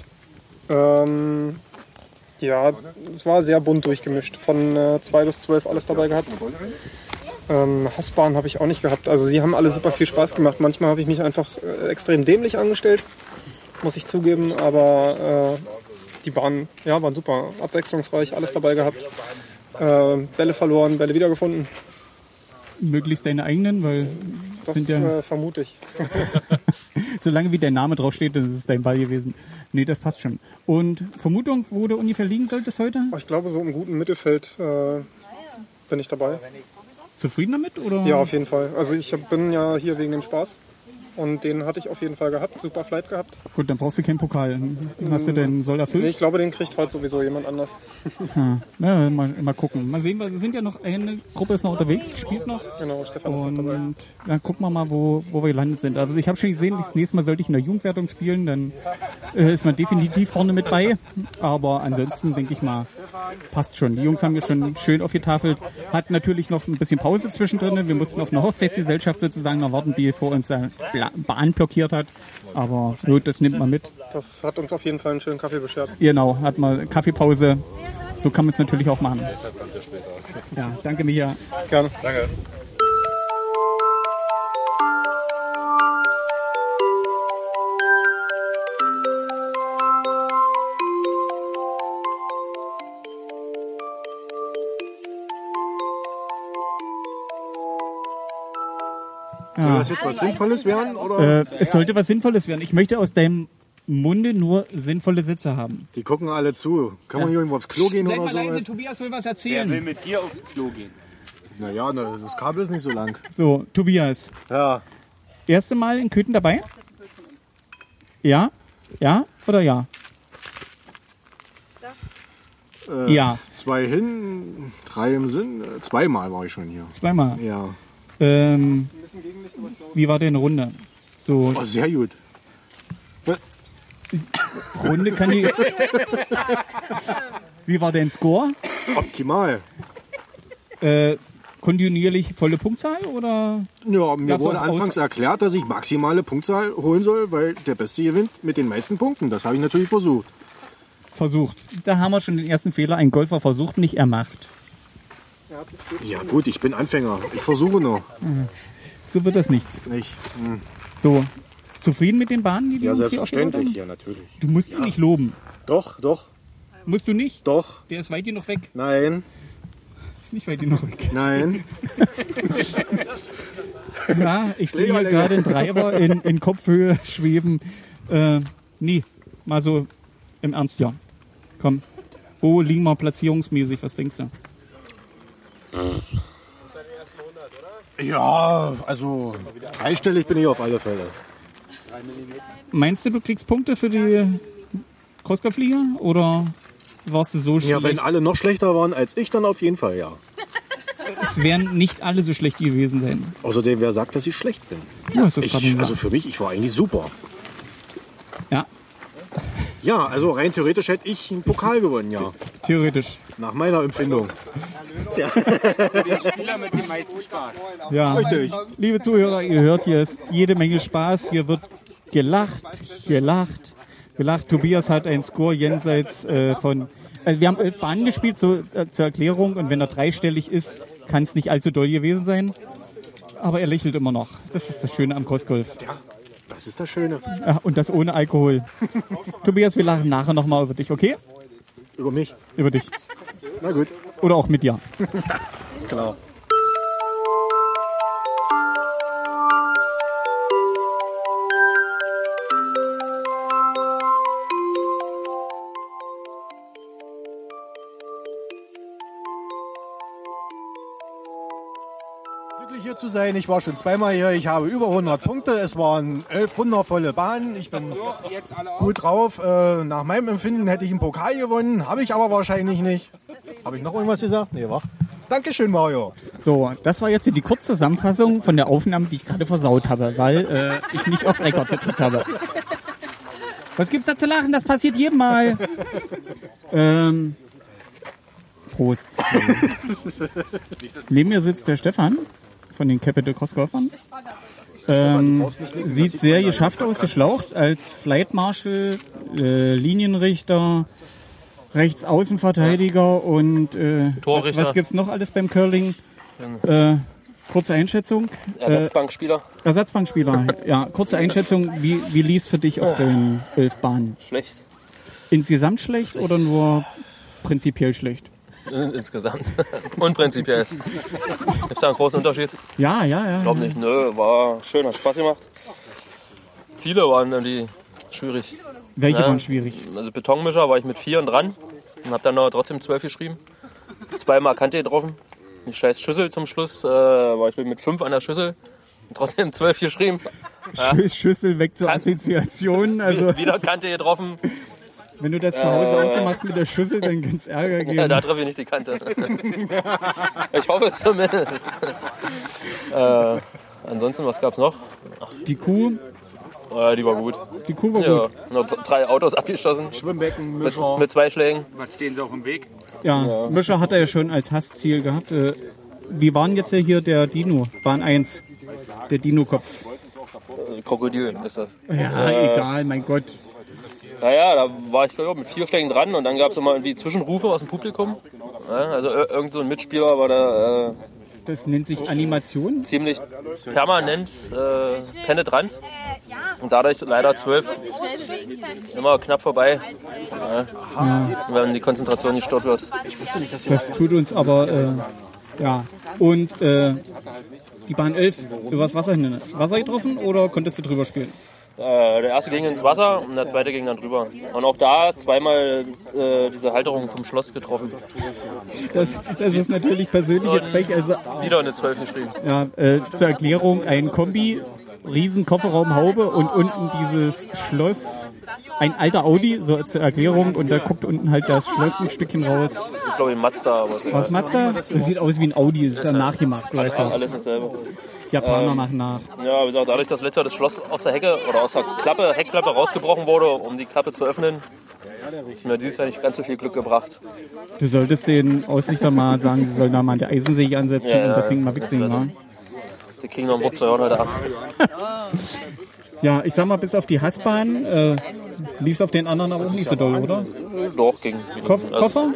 Speaker 11: Ja, es war sehr bunt durchgemischt. Von 2 bis 12 alles dabei gehabt. Hassbahn habe ich auch nicht gehabt. Also sie haben alle super viel Spaß gemacht. Manchmal habe ich mich einfach extrem dämlich angestellt, muss ich zugeben. Aber die Bahnen waren super, abwechslungsreich, alles dabei gehabt. Bälle verloren, Bälle wiedergefunden.
Speaker 1: möglichst deine eigenen, weil
Speaker 11: Das
Speaker 1: sind ja
Speaker 11: vermute ich.
Speaker 1: solange wie dein Name draufsteht, dann ist es dein Ball gewesen. Nee, das passt schon. Und Vermutung, wo du ungefähr liegen solltest heute?
Speaker 11: Ich glaube, so im guten Mittelfeld bin ich dabei.
Speaker 1: Zufrieden damit? Oder?
Speaker 11: Ja, auf jeden Fall. Also ich bin ja hier wegen dem Spaß. Und den hatte ich auf jeden Fall gehabt. Super Flight gehabt.
Speaker 1: Gut, dann brauchst du keinen Pokal. Hast du den Soll erfüllt?
Speaker 11: Nee, ich glaube, den kriegt heute sowieso jemand anders.
Speaker 1: Ja, mal gucken. Mal sehen, weil wir sind ja noch, eine Gruppe ist noch unterwegs, spielt noch.
Speaker 11: Genau, Stefan ist noch dabei.
Speaker 1: Und dann gucken wir mal, wo wir gelandet sind. Also ich habe schon gesehen, das nächste Mal sollte ich in der Jugendwertung spielen, dann ist man definitiv vorne mit bei. Aber ansonsten denke ich mal, passt schon. Die Jungs haben wir schon schön aufgetafelt. Hat natürlich noch ein bisschen Pause zwischendrin. Wir mussten auf eine Hochzeitsgesellschaft sozusagen noch warten, die vor uns da Bahn blockiert hat. Aber gut, das nimmt man mit.
Speaker 11: Das hat uns auf jeden Fall einen schönen Kaffee beschert.
Speaker 1: Genau, hat mal Kaffeepause. So kann man es natürlich auch machen.
Speaker 10: Deshalb kommt ihr später.
Speaker 1: Ja, danke Micha.
Speaker 11: Gerne.
Speaker 10: Danke.
Speaker 9: Soll das jetzt was Sinnvolles werden? Oder?
Speaker 1: Es sollte was Sinnvolles werden. Ich möchte aus deinem Munde nur sinnvolle Sätze haben.
Speaker 9: Die gucken alle zu. Kann man hier irgendwo aufs Klo gehen
Speaker 1: Seid
Speaker 9: oder
Speaker 1: mal leise,
Speaker 9: so?
Speaker 1: Tobias will was
Speaker 5: Wer
Speaker 1: erzählen.
Speaker 5: will mit dir aufs Klo gehen?
Speaker 9: Naja, das Kabel ist nicht so lang.
Speaker 1: So, Tobias.
Speaker 9: Ja.
Speaker 1: Erste Mal in Köthen dabei? Ja? Ja oder ja? Ja.
Speaker 9: 2 hin, 3 im Sinn. 2-mal war ich schon hier.
Speaker 1: Zweimal.
Speaker 9: Ja.
Speaker 1: Wie war denn eine Runde? So,
Speaker 9: Oh, sehr gut.
Speaker 1: Runde kann die... Wie war dein Score?
Speaker 9: Optimal.
Speaker 1: Kontinuierlich volle Punktzahl oder?
Speaker 9: Ja, mir
Speaker 1: Gab's
Speaker 9: wurde
Speaker 1: auch
Speaker 9: anfangs erklärt, dass ich maximale Punktzahl holen soll, weil der Beste gewinnt mit den meisten Punkten. Das habe ich natürlich versucht.
Speaker 1: Versucht. Da haben wir schon den ersten Fehler. Ein Golfer versucht, nicht er macht.
Speaker 9: Ja gut, ich bin Anfänger. Ich versuche noch.
Speaker 1: So wird das nichts.
Speaker 9: Ich,
Speaker 1: So, zufrieden mit den Bahnen, die
Speaker 9: ja,
Speaker 1: uns hier aufgebaut
Speaker 9: selbstverständlich.
Speaker 1: haben?
Speaker 9: Ja, natürlich.
Speaker 1: Du musst ihn nicht loben.
Speaker 9: Doch, doch,
Speaker 1: Musst du nicht?
Speaker 9: doch.
Speaker 1: Der ist weit genug weg.
Speaker 9: Nein,
Speaker 1: Ist nicht weit genug weg.
Speaker 9: nein.
Speaker 1: Ja, ich sehe hier gerade einen Treiber in Kopfhöhe schweben. Nee, mal so im Ernst, ja. Komm. Wo liegen wir platzierungsmäßig? Was denkst du?
Speaker 9: Ja, also dreistellig bin ich auf alle Fälle.
Speaker 1: Meinst du kriegst Punkte für die Crosscup-Flieger? Oder warst du so
Speaker 9: Ja, wenn
Speaker 1: schlecht?
Speaker 9: alle noch schlechter waren als ich, dann auf jeden Fall ja.
Speaker 1: Es werden nicht alle so schlecht gewesen sein.
Speaker 9: Außerdem, wer sagt, dass ich schlecht bin?
Speaker 1: Du hast das gerade
Speaker 9: Ich,
Speaker 1: gesagt.
Speaker 9: also für mich, ich war eigentlich super.
Speaker 1: Ja,
Speaker 9: Ja, also rein theoretisch hätte ich einen Pokal gewonnen, ja.
Speaker 1: theoretisch.
Speaker 9: Nach meiner Empfindung.
Speaker 5: Der Spieler mit dem meisten Spaß.
Speaker 1: Ja,
Speaker 9: Richtig.
Speaker 1: liebe Zuhörer, ihr hört, hier ist jede Menge Spaß. Hier wird gelacht. Tobias hat einen Score jenseits von... Also wir haben 11 Bahnen gespielt, zur Erklärung. Und wenn er dreistellig ist, kann es nicht allzu doll gewesen sein. Aber er lächelt immer noch. Das ist das Schöne am Crossgolf.
Speaker 9: Ja, das ist das Schöne.
Speaker 1: Ja, und das ohne Alkohol. Tobias, wir lachen nachher nochmal über dich, okay?
Speaker 9: Über mich.
Speaker 1: Über dich.
Speaker 9: Na gut.
Speaker 1: Oder auch mit dir.
Speaker 9: Klar. Glücklich hier zu sein. Ich war schon zweimal hier. Ich habe über 100 Punkte. Es waren 11 wundervolle Bahnen. Ich bin gut drauf. Nach meinem Empfinden hätte ich einen Pokal gewonnen. Habe ich aber wahrscheinlich nicht. Habe ich noch irgendwas gesagt? Nee, wa? Dankeschön, Mario.
Speaker 1: So, das war jetzt hier die Kurzzusammenfassung von der Aufnahme, die ich gerade versaut habe, weil ich nicht auf Rekord gedrückt habe. Was gibt's da zu lachen? Das passiert jedem Mal. Prost. Neben mir sitzt der Stefan von den Capital Crossgolfern. Sieht sehr geschafft aus, geschlaucht als Flight Marshal, Linienrichter, Rechtsaußenverteidiger und
Speaker 2: Torrichter.
Speaker 1: was gibt's noch alles beim Curling? Kurze Einschätzung.
Speaker 2: Ersatzbankspieler.
Speaker 1: Ersatzbankspieler, ja. Kurze Einschätzung, wie lief's für dich auf den 11 Bahnen?
Speaker 2: Schlecht.
Speaker 1: Insgesamt schlecht oder nur prinzipiell schlecht?
Speaker 2: Insgesamt. Und prinzipiell. Gibt es da einen großen Unterschied?
Speaker 12: Ja.
Speaker 2: Ich glaube nicht. Nö, war schön, hat Spaß gemacht. Ziele waren irgendwie schwierig.
Speaker 12: Welche waren schwierig?
Speaker 2: Also Betonmischer war ich mit 4 dran und habe dann noch trotzdem 12 geschrieben. 2-mal Kante getroffen. Die scheiß Schüssel zum Schluss war ich mit 5 an der Schüssel und trotzdem 12 geschrieben. Ja.
Speaker 12: Schüssel weg zur Assoziation. Also
Speaker 2: wieder Kante getroffen.
Speaker 12: Wenn du das zu Hause ausmachst mit der Schüssel, dann kann es Ärger geben.
Speaker 2: Ja, da treffe ich nicht die Kante. Ich hoffe es zumindest. Ansonsten, was gab's noch?
Speaker 12: Die Kuh.
Speaker 2: Die war gut.
Speaker 12: Die Kuh war gut.
Speaker 2: Noch 3 Autos abgeschossen.
Speaker 9: Schwimmbecken, Mischer.
Speaker 2: Mit 2 Schlägen.
Speaker 5: Was stehen sie auch im Weg?
Speaker 12: Ja, Mischer hat er ja schon als Hassziel gehabt. Wie waren jetzt hier der Dino? Bahn 1. Der Dino-Kopf.
Speaker 2: Krokodil ist das.
Speaker 12: Ja, egal, mein Gott.
Speaker 2: Naja, da war ich glaube mit 4 Schlägen dran und dann gab es immer irgendwie Zwischenrufe aus dem Publikum. Ja, also irgend so ein Mitspieler war da
Speaker 12: das nennt sich Animation?
Speaker 2: Ziemlich permanent penetrant und dadurch leider 12 immer knapp vorbei, wenn die Konzentration nicht gestört wird.
Speaker 12: Das tut uns aber, ja. Und die Bahn 11, über das Wasserhindernis. Wasser getroffen oder konntest du drüber spielen?
Speaker 2: Der erste ging ins Wasser und der zweite ging dann drüber. Und auch da 2-mal diese Halterung vom Schloss getroffen.
Speaker 12: Das ist natürlich persönlich jetzt Pech. Also,
Speaker 2: wieder eine 12 geschrieben.
Speaker 12: Ja, zur Erklärung, ein Kombi, riesen Kofferraumhaube und unten dieses Schloss, ein alter Audi, so zur Erklärung, und da guckt unten halt das Schloss ein Stückchen raus.
Speaker 2: Ich glaube, Mazda.
Speaker 12: Was Mazda? Das sieht aus wie ein Audi, das ist ja nachgemacht.
Speaker 2: Alles dasselbe.
Speaker 12: Japaner machen nach.
Speaker 2: Ja, wie gesagt, dadurch, dass letztes Jahr das Schloss aus der Hecke oder aus der Heckklappe rausgebrochen wurde, um die Klappe zu öffnen, hat es mir dieses Jahr nicht ganz so viel Glück gebracht.
Speaker 12: Du solltest den Ausrichtern mal sagen, sie sollen da mal an der Eisensäge ansetzen und das Ding mal wichsen. Ja.
Speaker 2: Die kriegen noch ein Wort zu hören heute Abend.
Speaker 12: Ja, ich sag mal, bis auf die Hassbahn lief es auf den anderen aber auch nicht so doll, oder?
Speaker 2: Doch, ging.
Speaker 12: Koffer?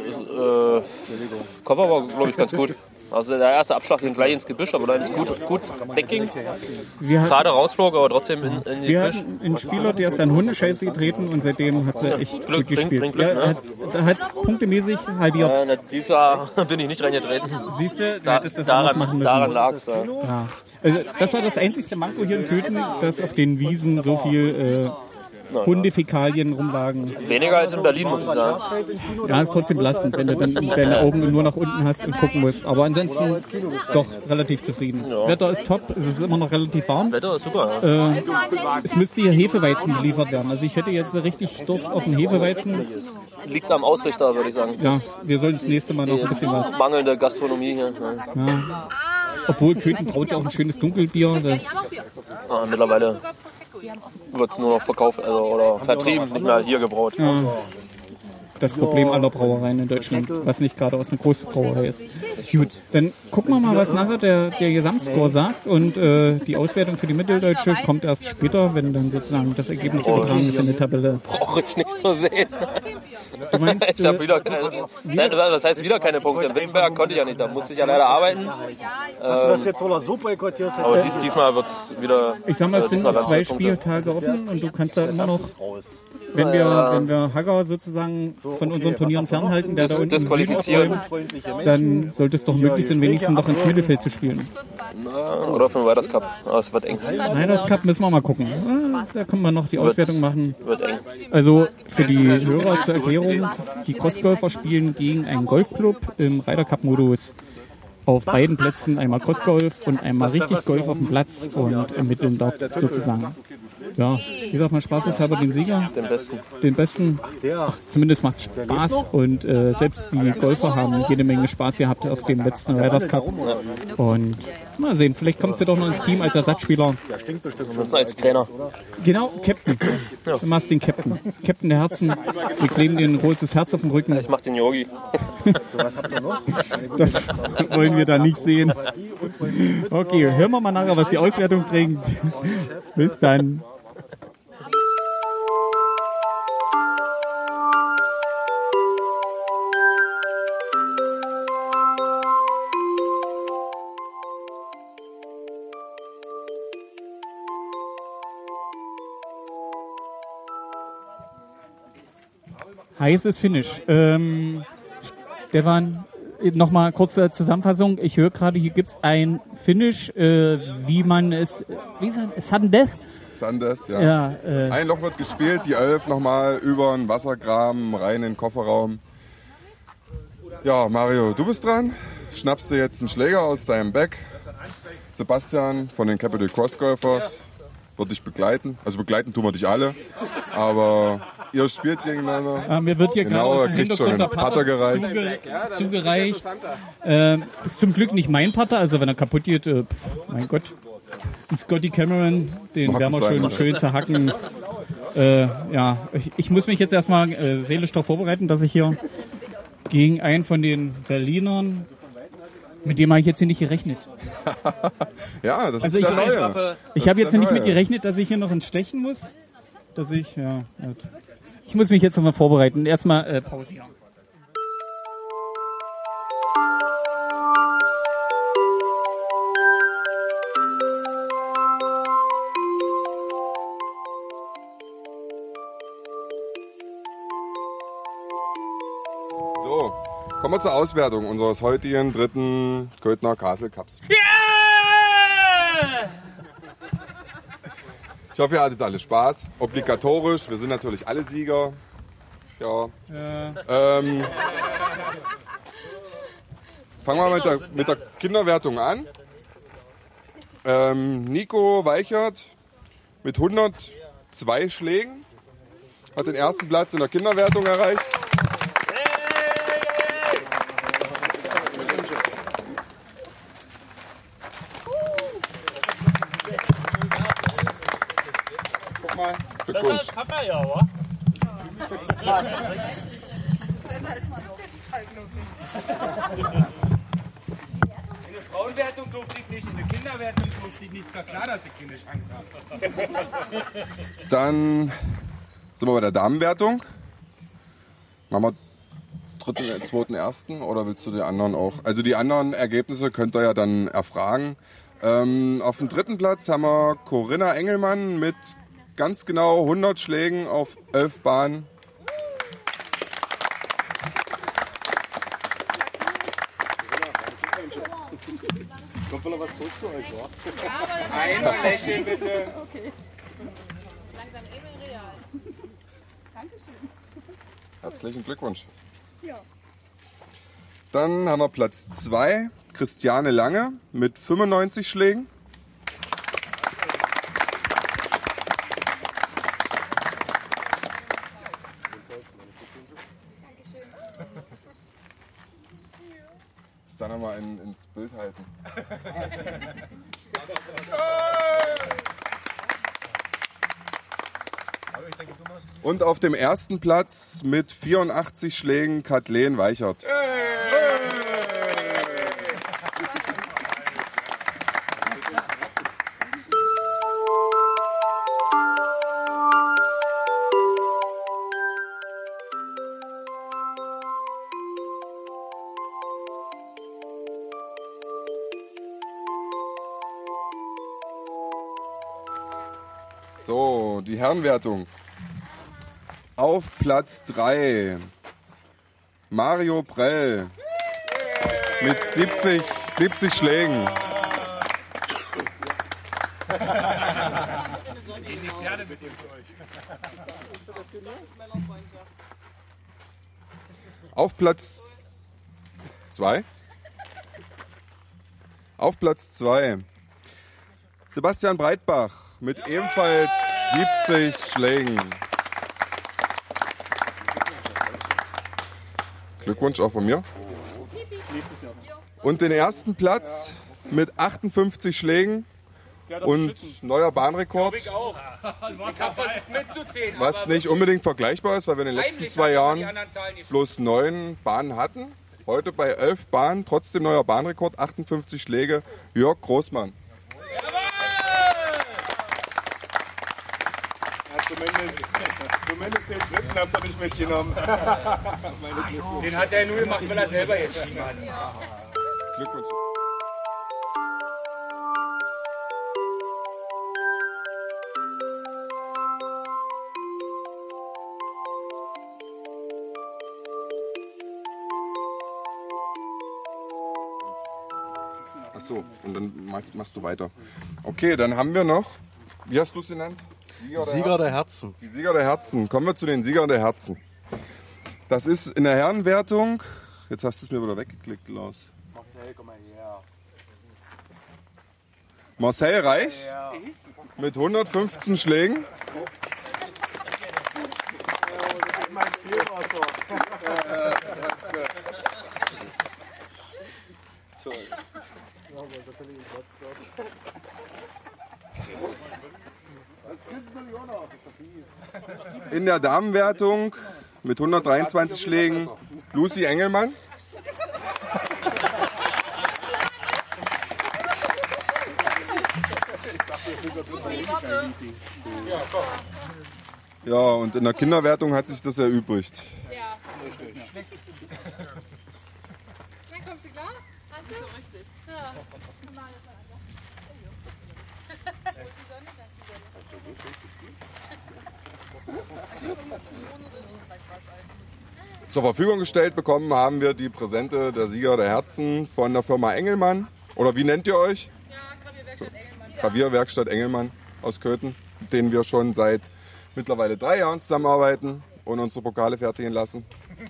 Speaker 2: Koffer war, glaube ich, ganz gut. Also der erste Abschlag ging gleich ins Gebüsch, aber da nicht gut wegging. Gerade rausflog, aber trotzdem in die
Speaker 12: wir
Speaker 2: Gebüsch.
Speaker 12: hatten einen Spieler, der ist dann Hundescheiße getreten und seitdem hat sie echt gut gespielt.
Speaker 2: Bringt Glück,
Speaker 12: ja, da hat es punktemäßig halbiert.
Speaker 2: Dieses Jahr bin ich nicht reingetreten.
Speaker 12: Siehst du, du hättest das anders machen müssen.
Speaker 2: Daran lag es.
Speaker 12: Ja. Also, das war das einzigste Manko hier in Köthen, dass auf den Wiesen so viel Hundefäkalien rumlagen.
Speaker 2: Weniger als in Berlin, muss ich sagen.
Speaker 12: Ja, ist trotzdem belastend, wenn du dann deine Augen nur nach unten hast und gucken musst. Aber ansonsten doch relativ zufrieden. Ja. Wetter ist top, es ist immer noch relativ warm.
Speaker 2: Wetter ist super. Ja.
Speaker 12: Es müsste hier Hefeweizen geliefert werden. Also ich hätte jetzt richtig Durst auf den Hefeweizen.
Speaker 2: Liegt am Ausrichter, würde ich sagen.
Speaker 12: Ja, wir sollen das nächste Mal noch ein bisschen was.
Speaker 2: Mangelnde Gastronomie hier.
Speaker 12: Ja. Obwohl Köthen braut ja auch ein schönes Dunkelbier. Das
Speaker 2: mittlerweile wird es nur noch verkauft oder vertrieben, nicht mehr hier gebraut.
Speaker 12: Ja. Das Problem aller Brauereien in Deutschland, was nicht gerade aus einer Großbrauerei ist. Gut, dann gucken wir mal, was nachher der Gesamtscore sagt. Und die Auswertung für die Mitteldeutsche kommt erst später, wenn dann sozusagen das Ergebnis übertragen ist in der Tabelle.
Speaker 2: Brauche ich nicht zu sehen.
Speaker 12: Du meinst,
Speaker 2: ich habe wieder was heißt wieder keine Punkte? In Wittenberg konnte ich ja nicht, da musste ich ja leider arbeiten.
Speaker 9: Hast du das jetzt oder so boykottiert?
Speaker 2: Aber diesmal wird es wieder.
Speaker 12: Ich sag mal, es sind 2 Spieltage offen und du kannst da immer noch, wenn wir Hagger sozusagen von unseren Turnieren fernhalten, der da unten
Speaker 2: disqualifizieren,
Speaker 12: dann sollte es doch möglich sein, wenigstens noch ins Mittelfeld zu spielen.
Speaker 2: Oder für den Riders Cup. Aber es wird eng.
Speaker 12: Riders Cup müssen wir mal gucken. Da können wir noch die Auswertung machen.
Speaker 2: Wird eng.
Speaker 12: Also für die Hörer zur Erklärung, die Crossgolfer spielen gegen einen Golfclub im Ryder Cup Modus. Auf beiden Plätzen einmal Crossgolf und einmal richtig Golf auf dem Platz und ermitteln dort sozusagen. Ja, wie sagt man, spaßeshalber den Sieger? Den Besten. Ach, zumindest macht Spaß und selbst die Golfer haben jede Menge Spaß gehabt auf dem letzten Riders Cup. Und mal sehen, vielleicht kommst du doch noch ins Team als Ersatzspieler.
Speaker 2: Und als Trainer.
Speaker 12: Genau, Captain. Du machst den Captain. Captain der Herzen. Wir kleben dir ein großes Herz auf den Rücken.
Speaker 2: Ich mach den Yogi.
Speaker 12: Das wollen wir da nicht sehen. Okay, hören wir mal nachher, was die Auswertung bringt. Bis dann. Heißes Finish. Stefan, nochmal kurze Zusammenfassung. Ich höre gerade, hier gibt's ein Finish, wie sagt Sudden Death?
Speaker 3: Sudden Death, ja. Ein Loch wird gespielt, die 11 nochmal über den Wassergraben, rein in den Kofferraum. Ja, Mario, du bist dran. Schnappst du jetzt einen Schläger aus deinem Bag. Sebastian von den Capital Cross Golfers wird dich begleiten. Also begleiten tun wir dich alle. Aber ihr spielt gegeneinander.
Speaker 12: Mir wird hier gerade aus dem
Speaker 3: kriegt schon
Speaker 12: Hintergrund
Speaker 3: einen
Speaker 12: der
Speaker 3: Putter
Speaker 12: zugereicht. Ist zum Glück nicht mein Putter, also wenn er kaputt geht, mein Gott. Ein Scotty Cameron, den werden wir schön zerhacken. Ich muss mich jetzt erstmal seelisch darauf vorbereiten, dass ich hier gegen einen von den Berlinern, mit dem habe ich jetzt hier nicht gerechnet.
Speaker 3: Ja, das ist der Neue.
Speaker 12: Ich habe jetzt nicht mit gerechnet, dass ich hier noch ins Stechen muss. Ich muss mich jetzt nochmal vorbereiten. Erstmal pausieren.
Speaker 3: So, kommen wir zur Auswertung unseres heutigen dritten Köthner Castle Cups.
Speaker 12: Yeah!
Speaker 3: Ich hoffe, ihr hattet alle Spaß. Obligatorisch, wir sind natürlich alle Sieger. Ja. Fangen wir mit der Kinderwertung an. Nico Weichert mit 102 Schlägen hat den ersten Platz in der Kinderwertung erreicht. Glückwunsch.
Speaker 13: Papa, ja, wa?
Speaker 5: In der Frauenwertung durfte ich nicht, in der Kinderwertung durfte ich nicht. Ist ja klar, dass ich keine Chance habe.
Speaker 3: Dann sind wir bei der Damenwertung. Machen wir dritten, zweiten, ersten oder willst du die anderen auch? Also die anderen Ergebnisse könnt ihr ja dann erfragen. Auf dem dritten Platz haben wir Corinna Engelmann mit ganz genau 100 Schlägen auf 11 Bahnen.
Speaker 9: Kommt noch was zurück zu euch, wa?
Speaker 5: Einmal lächeln, bitte.
Speaker 6: Okay. Langsam real. Dankeschön.
Speaker 3: Herzlichen Glückwunsch.
Speaker 6: Ja.
Speaker 3: Dann haben wir Platz 2, Christiane Lange mit 95 Schlägen. Dann nochmal ins Bild halten. Und auf dem ersten Platz mit 84 Schlägen Kathleen Weichert. So, die Herrenwertung. Auf Platz 3 Mario Prell mit 70 Schlägen. Auf Platz 2. Auf Platz 2 Sebastian Breitbach mit ebenfalls 70 Schlägen. Glückwunsch auch von mir. Und den ersten Platz mit 58 Schlägen und neuer Bahnrekord.
Speaker 5: Ich habe versucht mitzuzählen.
Speaker 3: Was nicht unbedingt vergleichbar ist, weil wir in den letzten 2 Jahren bloß 9 Bahnen hatten. Heute bei 11 Bahnen, trotzdem neuer Bahnrekord, 58 Schläge, Jörg Großmann.
Speaker 9: Zumindest den dritten habt ihr nicht mitgenommen.
Speaker 5: Den hat er nur gemacht, weil er selber jetzt schieben hat.
Speaker 3: Glückwunsch. so, und dann machst du weiter. Okay, dann haben wir noch, wie hast du es genannt?
Speaker 13: Sieger der Herzen.
Speaker 3: Die Sieger der Herzen. Kommen wir zu den Siegern der Herzen. Das ist in der Herrenwertung, jetzt hast du es mir wieder weggeklickt, Lars.
Speaker 13: Marcel, komm mal her.
Speaker 3: Marcel Reich mit 115 Schlägen. In der Damenwertung mit 123 Schlägen Lucy Engelmann. Ja, und in der Kinderwertung hat sich das erübrigt.
Speaker 7: Ja. Dann kommt sie klar? Hast du? Richtig. Ja.
Speaker 3: Zur Verfügung gestellt bekommen haben wir die Präsente der Sieger der Herzen von der Firma Engelmann. Oder wie nennt ihr euch?
Speaker 7: Ja, Klavierwerkstatt Engelmann.
Speaker 3: Klavierwerkstatt Engelmann aus Köthen, mit denen wir schon seit mittlerweile 3 Jahren zusammenarbeiten und unsere Pokale fertigen lassen.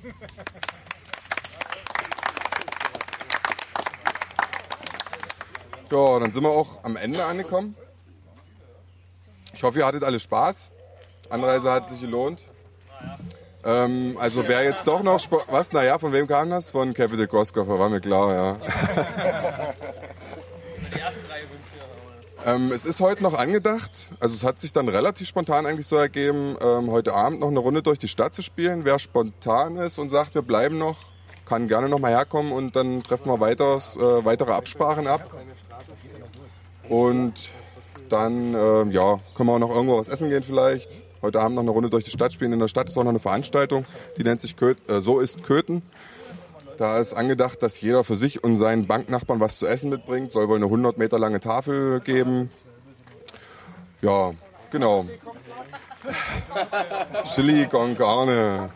Speaker 3: Ja, dann sind wir auch am Ende angekommen. Ich hoffe, ihr hattet alle Spaß. Anreise hat sich gelohnt. Also wer jetzt doch noch... Was? Naja, von wem kam das? Von Capital Crosskoffer, war mir klar, ja.
Speaker 2: Die ersten 3 Wünsche.
Speaker 3: Es ist heute noch angedacht, also es hat sich dann relativ spontan eigentlich so ergeben, heute Abend noch eine Runde durch die Stadt zu spielen. Wer spontan ist und sagt, wir bleiben noch, kann gerne noch mal herkommen und dann treffen wir weitere Absprachen ab. Und dann ja, können wir auch noch irgendwo was essen gehen vielleicht. Heute Abend noch eine Runde durch die Stadt spielen. In der Stadt ist auch noch eine Veranstaltung, die nennt sich So ist Köthen. Da ist angedacht, dass jeder für sich und seinen Banknachbarn was zu essen mitbringt. Soll wohl eine 100 Meter lange Tafel geben. Ja, genau. Chili con carne.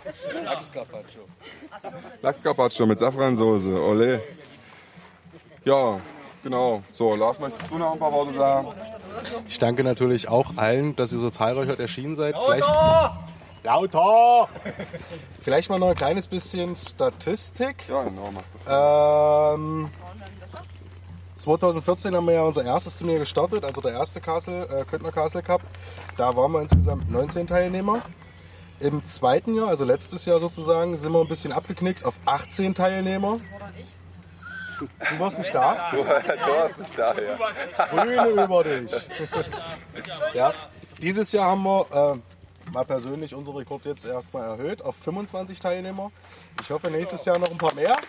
Speaker 3: Lachscarpaccio mit Safransoße. Ole. Ja, genau. So, Lars, möchtest du noch ein paar Worte sagen?
Speaker 13: Ich danke natürlich auch allen, dass ihr so zahlreich heute erschienen seid.
Speaker 9: Lauter!
Speaker 13: Vielleicht mal noch ein kleines bisschen Statistik.
Speaker 3: Ja, genau, mach das.
Speaker 13: 2014 haben wir ja unser erstes Turnier gestartet, also der erste Köthner Castle Cup. Da waren wir insgesamt 19 Teilnehmer. Im zweiten Jahr, also letztes Jahr sozusagen, sind wir ein bisschen abgeknickt auf 18 Teilnehmer. Du warst nicht da?
Speaker 3: Du warst nicht da, ja.
Speaker 13: Grüne über dich. Ja. Dieses Jahr haben wir mal persönlich unseren Rekord jetzt erstmal erhöht auf 25 Teilnehmer. Ich hoffe nächstes Jahr noch ein paar mehr.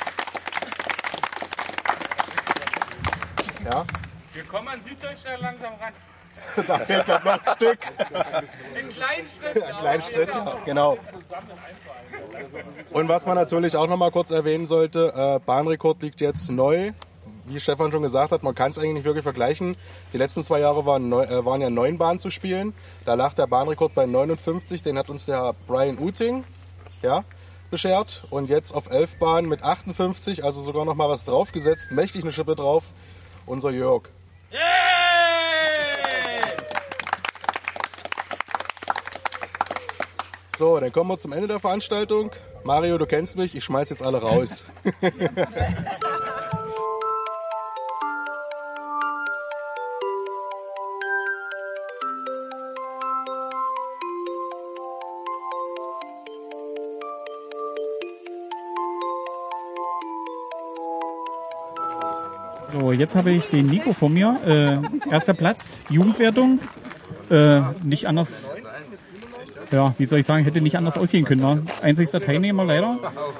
Speaker 13: Ja.
Speaker 5: Wir kommen an Süddeutschland langsam ran.
Speaker 13: Da fehlt noch ein Stück.
Speaker 5: In kleinen Schritten.
Speaker 13: In kleinen Schritten, ja, genau. Und was man natürlich auch noch mal kurz erwähnen sollte, Bahnrekord liegt jetzt neu. Wie Stefan schon gesagt hat, man kann es eigentlich nicht wirklich vergleichen. Die letzten 2 Jahre waren ja 9 Bahnen zu spielen. Da lag der Bahnrekord bei 59, den hat uns der Brian Uting beschert. Und jetzt auf 11 Bahnen mit 58, also sogar noch mal was draufgesetzt, mächtig eine Schippe drauf, unser Jörg.
Speaker 5: Yeah!
Speaker 13: So, dann kommen wir zum Ende der Veranstaltung. Mario, du kennst mich, ich schmeiß jetzt alle raus.
Speaker 12: So, jetzt habe ich den Nico vor mir. Erster Platz, Jugendwertung. Nicht anders, ja, wie soll ich sagen, hätte nicht anders ausgehen können. Ne? Einzigster Teilnehmer leider.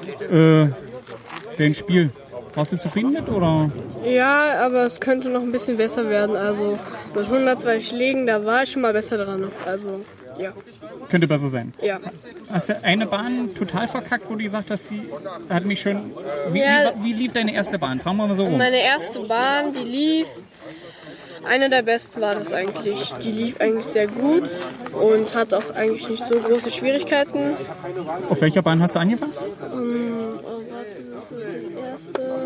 Speaker 12: Dein Spiel, warst du zufrieden mit, oder?
Speaker 14: Ja, aber es könnte noch ein bisschen besser werden. Also mit 102 Schlägen, da war ich schon mal besser dran. Also, ja.
Speaker 12: Könnte besser sein.
Speaker 14: Ja.
Speaker 12: Hast du eine Bahn total verkackt, wo du gesagt hast, die hat mich schon... Wie lief deine erste Bahn? Fragen wir mal so rum.
Speaker 14: Meine erste Bahn, die lief... Eine der besten war das eigentlich. Die lief eigentlich sehr gut und hat auch eigentlich nicht so große Schwierigkeiten.
Speaker 12: Auf welcher Bahn hast du angefangen?
Speaker 14: das ist der erste.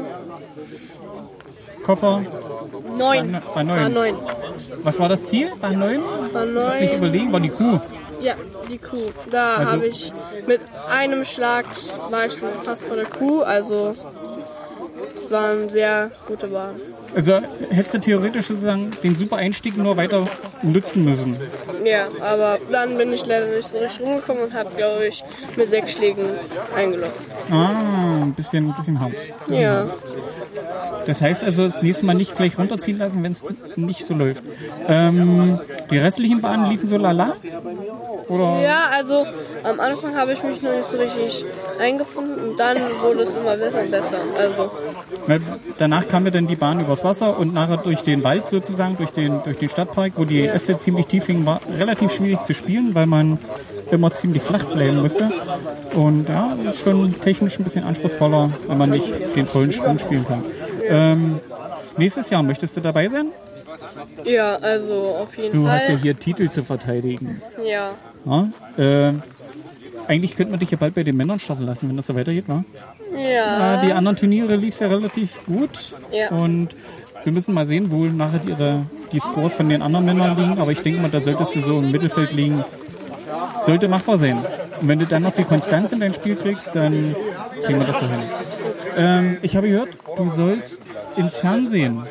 Speaker 12: Koffer?
Speaker 14: 9.
Speaker 12: Bei 9. Was war das Ziel? Bei 9?
Speaker 14: Bei 9.
Speaker 12: Lass mich überlegen, war die Kuh.
Speaker 14: Ja, die Kuh. Da
Speaker 12: Also-
Speaker 14: habe ich mit einem Schlag war ich schon fast vor der Kuh, also es war eine sehr gute Bahn.
Speaker 12: Also hättest du theoretisch sozusagen den super Einstieg nur weiter nutzen müssen.
Speaker 14: Ja, aber dann bin ich leider nicht so richtig rumgekommen und habe, glaube ich, mit 6 Schlägen eingeloggt.
Speaker 12: Ein bisschen hart.
Speaker 14: Ja.
Speaker 12: Das heißt also, das nächste Mal nicht gleich runterziehen lassen, wenn es nicht so läuft. Die restlichen Bahnen liefen so lala? Oder?
Speaker 14: Ja, also am Anfang habe ich mich noch nicht so richtig eingefunden und dann wurde es immer besser und besser. Also
Speaker 12: Weil danach kam ja dann die Bahn übers Wasser und nachher durch den Wald sozusagen, durch den Stadtpark, wo die Äste ziemlich tief hingen, war relativ schwierig zu spielen, weil man immer ziemlich flach bleiben musste. Und ja, das ist schon technisch ein bisschen anspruchsvoller, wenn man nicht den vollen Schwung spielen kann. Nächstes Jahr, möchtest du dabei sein?
Speaker 14: ja, also auf jeden
Speaker 12: Du
Speaker 14: Fall.
Speaker 12: hast ja hier Titel zu verteidigen.
Speaker 14: Ja.
Speaker 12: Ja? Eigentlich könnte man dich ja bald bei den Männern starten lassen, wenn das so weitergeht, wa?
Speaker 14: Ja.
Speaker 12: Die anderen Turniere lief ja relativ gut.
Speaker 14: Ja.
Speaker 12: Und wir müssen mal sehen, wo nachher die Scores von den anderen Männern liegen. Aber ich denke mal, da solltest du so im Mittelfeld liegen. Sollte machbar sein. Und wenn du dann noch die Konstanz in dein Spiel kriegst, dann kriegen wir das dahin. Ich habe gehört, du sollst ins Fernsehen.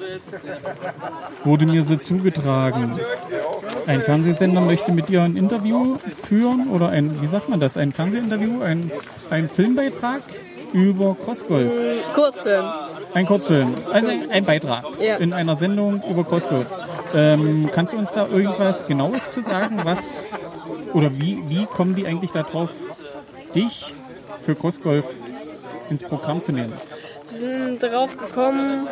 Speaker 12: Wurde mir so zugetragen. Ein Fernsehsender möchte mit dir ein Interview führen oder ein Fernsehinterview, ein Filmbeitrag über Crossgolf.
Speaker 14: Kurzfilm.
Speaker 12: Ein Kurzfilm, also ein Beitrag
Speaker 14: Ja.
Speaker 12: in einer Sendung über Crossgolf. Kannst du uns da irgendwas Genaues zu sagen, wie kommen die eigentlich darauf, dich für Crossgolf ins Programm zu nehmen?
Speaker 14: Sie sind drauf gekommen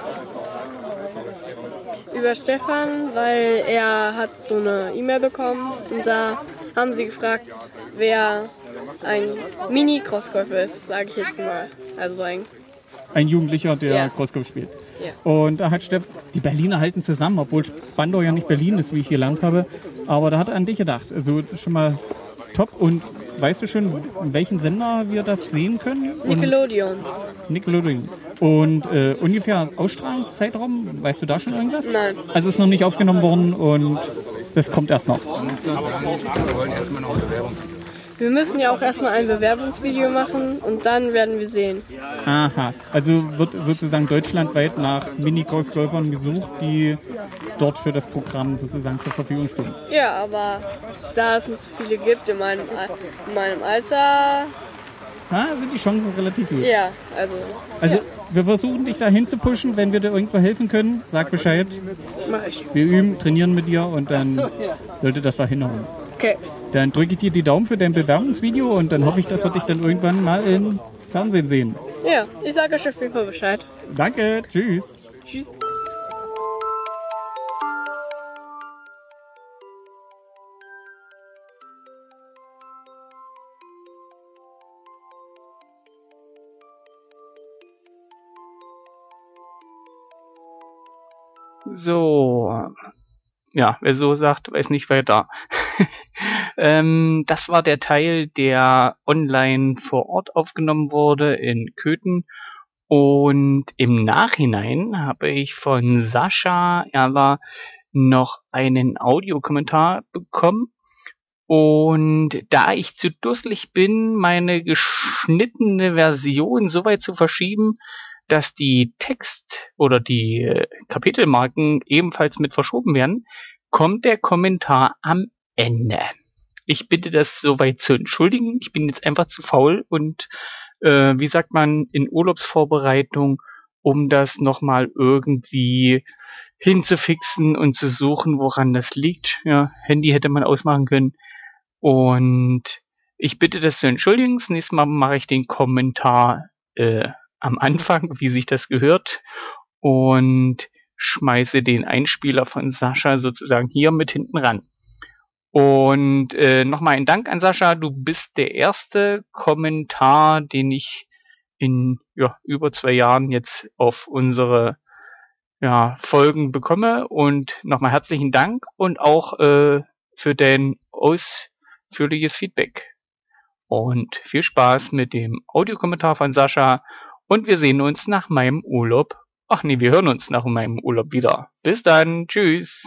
Speaker 14: über Stefan, weil er hat so eine E-Mail bekommen und da haben sie gefragt, wer ein Mini-Crossgolfer ist, sage ich jetzt mal. Also
Speaker 12: Ein Jugendlicher, der
Speaker 14: Ja.
Speaker 12: Crossgolf spielt.
Speaker 14: Ja.
Speaker 12: Und da hat die Berliner halten zusammen, obwohl Spandau ja nicht Berlin ist, wie ich gelernt habe. Aber da hat er an dich gedacht. Also schon mal top. Und weißt du schon, in welchen Sender wir das sehen können?
Speaker 14: Nickelodeon.
Speaker 12: Nickelodeon. Und ungefähr Ausstrahlungszeitraum, weißt du da schon irgendwas?
Speaker 14: Nein.
Speaker 12: Also ist noch nicht aufgenommen worden und das kommt erst noch.
Speaker 5: Wir wollen erstmal noch ein Bewerbungsvideo.
Speaker 14: Wir müssen ja auch erstmal ein Bewerbungsvideo machen und dann werden wir sehen.
Speaker 12: Aha, also wird sozusagen deutschlandweit nach Mini-Crossgolfern gesucht, die dort für das Programm sozusagen zur Verfügung stehen.
Speaker 14: Ja, aber da es nicht so viele gibt in meinem Alter,
Speaker 12: Sind die Chancen relativ gut.
Speaker 14: ja,
Speaker 12: Also wir versuchen dich dahin zu pushen, wenn wir dir irgendwo helfen können, sag Bescheid.
Speaker 14: Mach ich.
Speaker 12: Wir üben, trainieren mit dir und dann sollte das da hinhauen.
Speaker 14: Okay.
Speaker 12: Dann drücke ich dir die Daumen für dein Bewerbungsvideo und dann hoffe ich, dass wir dich dann irgendwann mal im Fernsehen sehen.
Speaker 14: Ja, ich sage euch auf jeden Fall Bescheid.
Speaker 12: Danke, tschüss.
Speaker 14: Tschüss.
Speaker 1: So. Ja, wer so sagt, weiß nicht weiter. Das war der Teil, der online vor Ort aufgenommen wurde in Köthen. Und im Nachhinein habe ich von Sascha Erler noch einen Audiokommentar bekommen. Und da ich zu dusselig bin, meine geschnittene Version so weit zu verschieben, dass die Text- oder die Kapitelmarken ebenfalls mit verschoben werden, kommt der Kommentar am Ende. Ich bitte das soweit zu entschuldigen. Ich bin jetzt einfach zu faul und wie sagt man, in Urlaubsvorbereitung, um das nochmal irgendwie hinzufixen und zu suchen, woran das liegt. Ja, Handy hätte man ausmachen können. Und ich bitte das zu entschuldigen. Das nächste Mal mache ich den Kommentar am Anfang, wie sich das gehört, und schmeiße den Einspieler von Sascha sozusagen hier mit hinten ran. Und nochmal ein Dank an Sascha. Du bist der erste Kommentar, den ich in über 2 Jahren jetzt auf unsere Folgen bekomme. Und nochmal herzlichen Dank und auch für dein ausführliches Feedback.
Speaker 12: und viel Spaß mit dem Audiokommentar von Sascha und wir sehen uns nach meinem Urlaub. Ach nee, wir hören uns nach meinem Urlaub wieder. Bis dann, tschüss.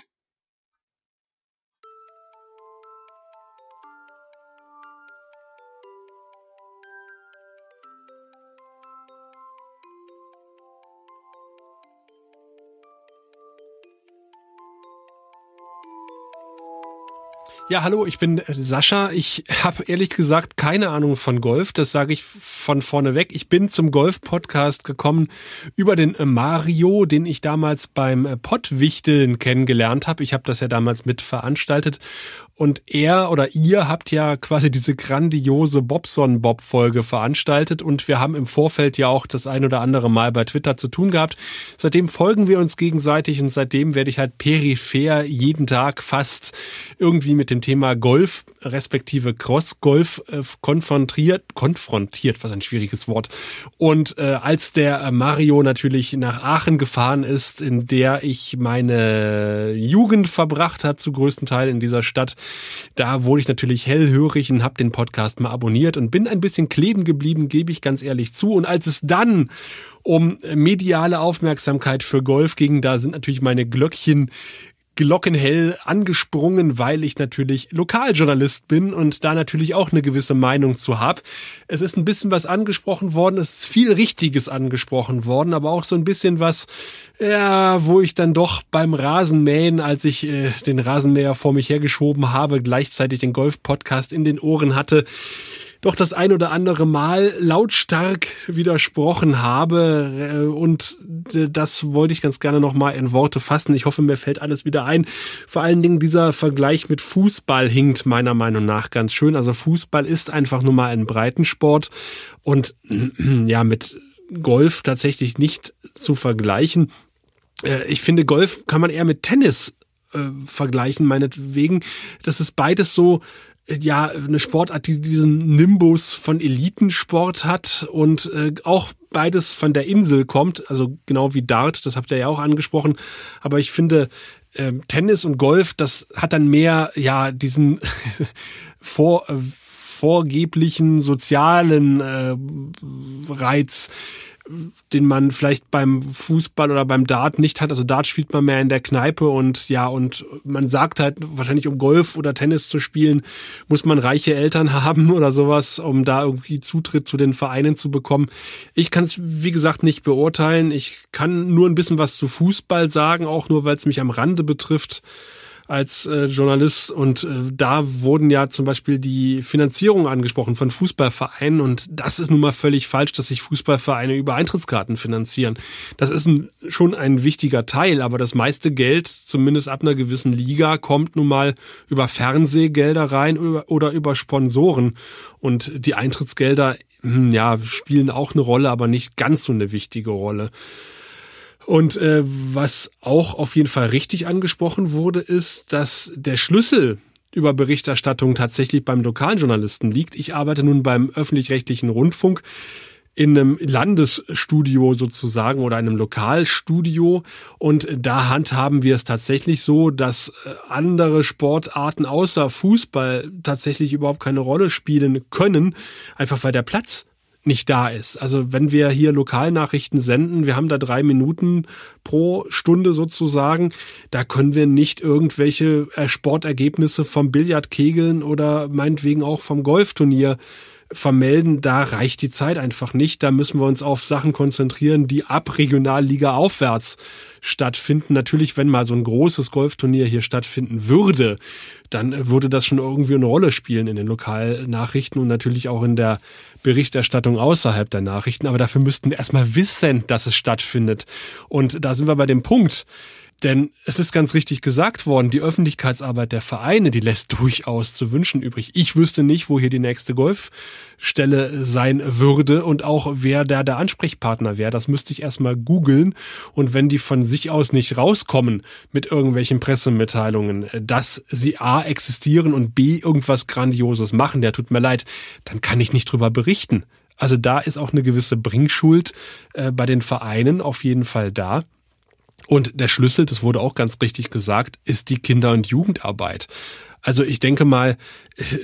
Speaker 15: Ja, hallo, ich bin Sascha. Ich habe ehrlich gesagt keine Ahnung von Golf. Das sage ich von vorne weg. Ich bin zum Golf-Podcast gekommen über den Mario, den ich damals beim Pottwichteln kennengelernt habe. Ich habe das ja damals mit veranstaltet. Und er oder ihr habt ja quasi diese grandiose Bobson-Bob-Folge veranstaltet. Und wir haben im Vorfeld ja auch das ein oder andere Mal bei Twitter zu tun gehabt. Seitdem folgen wir uns gegenseitig und seitdem werde ich halt peripher jeden Tag fast irgendwie mit dem Thema Golf respektive Cross-Golf konfrontiert, was ein schwieriges Wort. Und als der Mario natürlich nach Aachen gefahren ist, in der ich meine Jugend verbracht habe, zu größten Teil in dieser Stadt, da wurde ich natürlich hellhörig und habe den Podcast mal abonniert und bin ein bisschen kleben geblieben, gebe ich ganz ehrlich zu. Und als es dann um mediale Aufmerksamkeit für Golf ging, da sind natürlich meine glockenhell angesprungen, weil ich natürlich Lokaljournalist bin und da natürlich auch eine gewisse Meinung zu habe. Es ist ein bisschen was angesprochen worden, es ist viel Richtiges angesprochen worden, aber auch so ein bisschen was, ja, wo ich dann doch beim Rasenmähen, als ich den Rasenmäher vor mich hergeschoben habe, gleichzeitig den Golf-Podcast in den Ohren hatte, doch das ein oder andere Mal lautstark widersprochen habe und das wollte ich ganz gerne nochmal in Worte fassen. Ich hoffe, mir fällt alles wieder ein. Vor allen Dingen dieser Vergleich mit Fußball hinkt meiner Meinung nach ganz schön. Also Fußball ist einfach nur mal ein Breitensport und ja, mit Golf tatsächlich nicht zu vergleichen. Ich finde, Golf kann man eher mit Tennis vergleichen, meinetwegen. Das ist beides so, ja, eine Sportart, die diesen Nimbus von Elitensport hat und auch beides von der Insel kommt, also genau wie Dart, das habt ihr ja auch angesprochen, aber ich finde, Tennis und Golf, das hat dann mehr, ja, diesen vorgeblichen sozialen Reiz, den man vielleicht beim Fußball oder beim Dart nicht hat. Also Dart spielt man mehr in der Kneipe und ja, und man sagt halt wahrscheinlich, um Golf oder Tennis zu spielen, muss man reiche Eltern haben oder sowas, um da irgendwie Zutritt zu den Vereinen zu bekommen. Ich kann es, wie gesagt, nicht beurteilen. Ich kann nur ein bisschen was zu Fußball sagen, auch nur, weil es mich am Rande betrifft als Journalist und da wurden ja zum Beispiel die Finanzierung angesprochen von Fußballvereinen und das ist nun mal völlig falsch, dass sich Fußballvereine über Eintrittskarten finanzieren. Das ist schon ein wichtiger Teil, aber das meiste Geld, zumindest ab einer gewissen Liga, kommt nun mal über Fernsehgelder rein oder über Sponsoren und die Eintrittsgelder, ja, spielen auch eine Rolle, aber nicht ganz so eine wichtige Rolle. Und was auch auf jeden Fall richtig angesprochen wurde, ist, dass der Schlüssel über Berichterstattung tatsächlich beim lokalen Journalisten liegt. Ich arbeite nun beim öffentlich-rechtlichen Rundfunk in einem Landesstudio sozusagen oder einem Lokalstudio und da handhaben wir es tatsächlich so, dass andere Sportarten außer Fußball tatsächlich überhaupt keine Rolle spielen können, einfach weil der Platz nicht da ist. Also wenn wir hier Lokalnachrichten senden, wir haben da 3 Minuten pro Stunde sozusagen, da können wir nicht irgendwelche Sportergebnisse vom Billardkegeln oder meinetwegen auch vom Golfturnier vermelden. Da reicht die Zeit einfach nicht. Da müssen wir uns auf Sachen konzentrieren, die ab Regionalliga aufwärts stattfinden. Natürlich, wenn mal so ein großes Golfturnier hier stattfinden würde, dann würde das schon irgendwie eine Rolle spielen in den Lokalnachrichten und natürlich auch in der Berichterstattung außerhalb der Nachrichten. Aber dafür müssten wir erstmal wissen, dass es stattfindet. Und da sind wir bei dem Punkt. Denn es ist ganz richtig gesagt worden, die Öffentlichkeitsarbeit der Vereine, die lässt durchaus zu wünschen übrig. Ich wüsste nicht, wo hier die nächste Golfstelle sein würde und auch wer da der Ansprechpartner wäre. Das müsste ich erstmal googeln. Und wenn die von sich aus nicht rauskommen mit irgendwelchen Pressemitteilungen, dass sie A, existieren und B, irgendwas Grandioses machen, der tut mir leid, dann kann ich nicht drüber berichten. Also da ist auch eine gewisse Bringschuld bei den Vereinen auf jeden Fall da. Und der Schlüssel, das wurde auch ganz richtig gesagt, ist die Kinder- und Jugendarbeit. Also ich denke mal,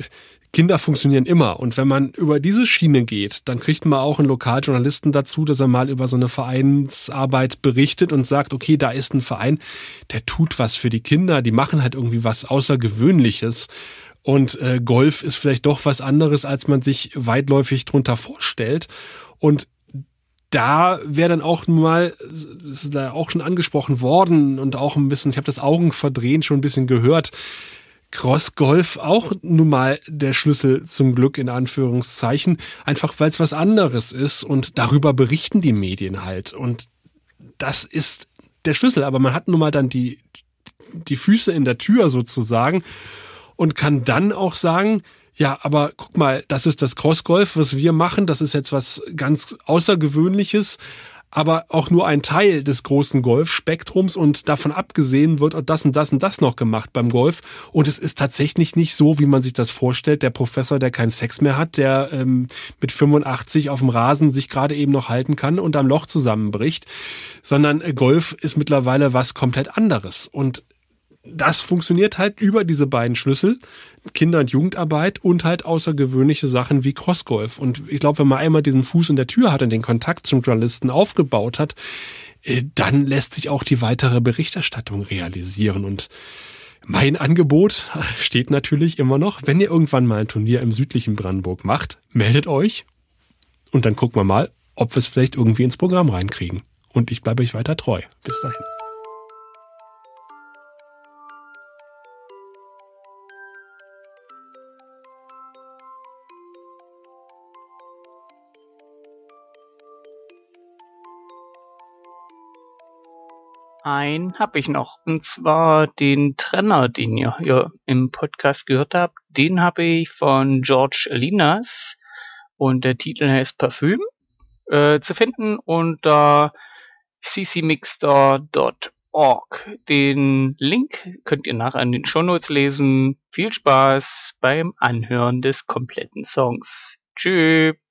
Speaker 15: Kinder funktionieren immer. Und wenn man über diese Schiene geht, dann kriegt man auch einen Lokaljournalisten dazu, dass er mal über so eine Vereinsarbeit berichtet und sagt, okay, da ist ein Verein, der tut was für die Kinder, die machen halt irgendwie was Außergewöhnliches. Und Golf ist vielleicht doch was anderes, als man sich weitläufig drunter vorstellt. Und da wäre dann auch mal, das ist da auch schon angesprochen worden und auch ein bisschen, ich habe das Augenverdrehen schon ein bisschen gehört, Crossgolf auch nun mal der Schlüssel zum Glück in Anführungszeichen, einfach weil es was anderes ist und darüber berichten die Medien halt und das ist der Schlüssel, aber man hat nun mal dann die Füße in der Tür sozusagen und kann dann auch sagen, ja, aber guck mal, das ist das Crossgolf, was wir machen, das ist jetzt was ganz Außergewöhnliches, aber auch nur ein Teil des großen Golfspektrums und davon abgesehen wird auch das und das und das noch gemacht beim Golf und es ist tatsächlich nicht so, wie man sich das vorstellt, der Professor, der keinen Sex mehr hat, der mit 85 auf dem Rasen sich gerade eben noch halten kann und am Loch zusammenbricht, sondern Golf ist mittlerweile was komplett anderes und das funktioniert halt über diese beiden Schlüssel, Kinder- und Jugendarbeit und halt außergewöhnliche Sachen wie Crossgolf. Und ich glaube, wenn man einmal diesen Fuß in der Tür hat und den Kontakt zum Journalisten aufgebaut hat, dann lässt sich auch die weitere Berichterstattung realisieren. Und mein Angebot steht natürlich immer noch, wenn ihr irgendwann mal ein Turnier im südlichen Brandenburg macht, meldet euch und dann gucken wir mal, ob wir es vielleicht irgendwie ins Programm reinkriegen. Und ich bleibe euch weiter treu. Bis dahin.
Speaker 1: Einen habe ich noch, und zwar den Trenner, den ihr hier im Podcast gehört habt. Den habe ich von George Linas und der Titel heißt Parfüm zu finden unter ccmixter.org. Den Link könnt ihr nachher in den Shownotes lesen. Viel Spaß beim Anhören des kompletten Songs. Tschüss.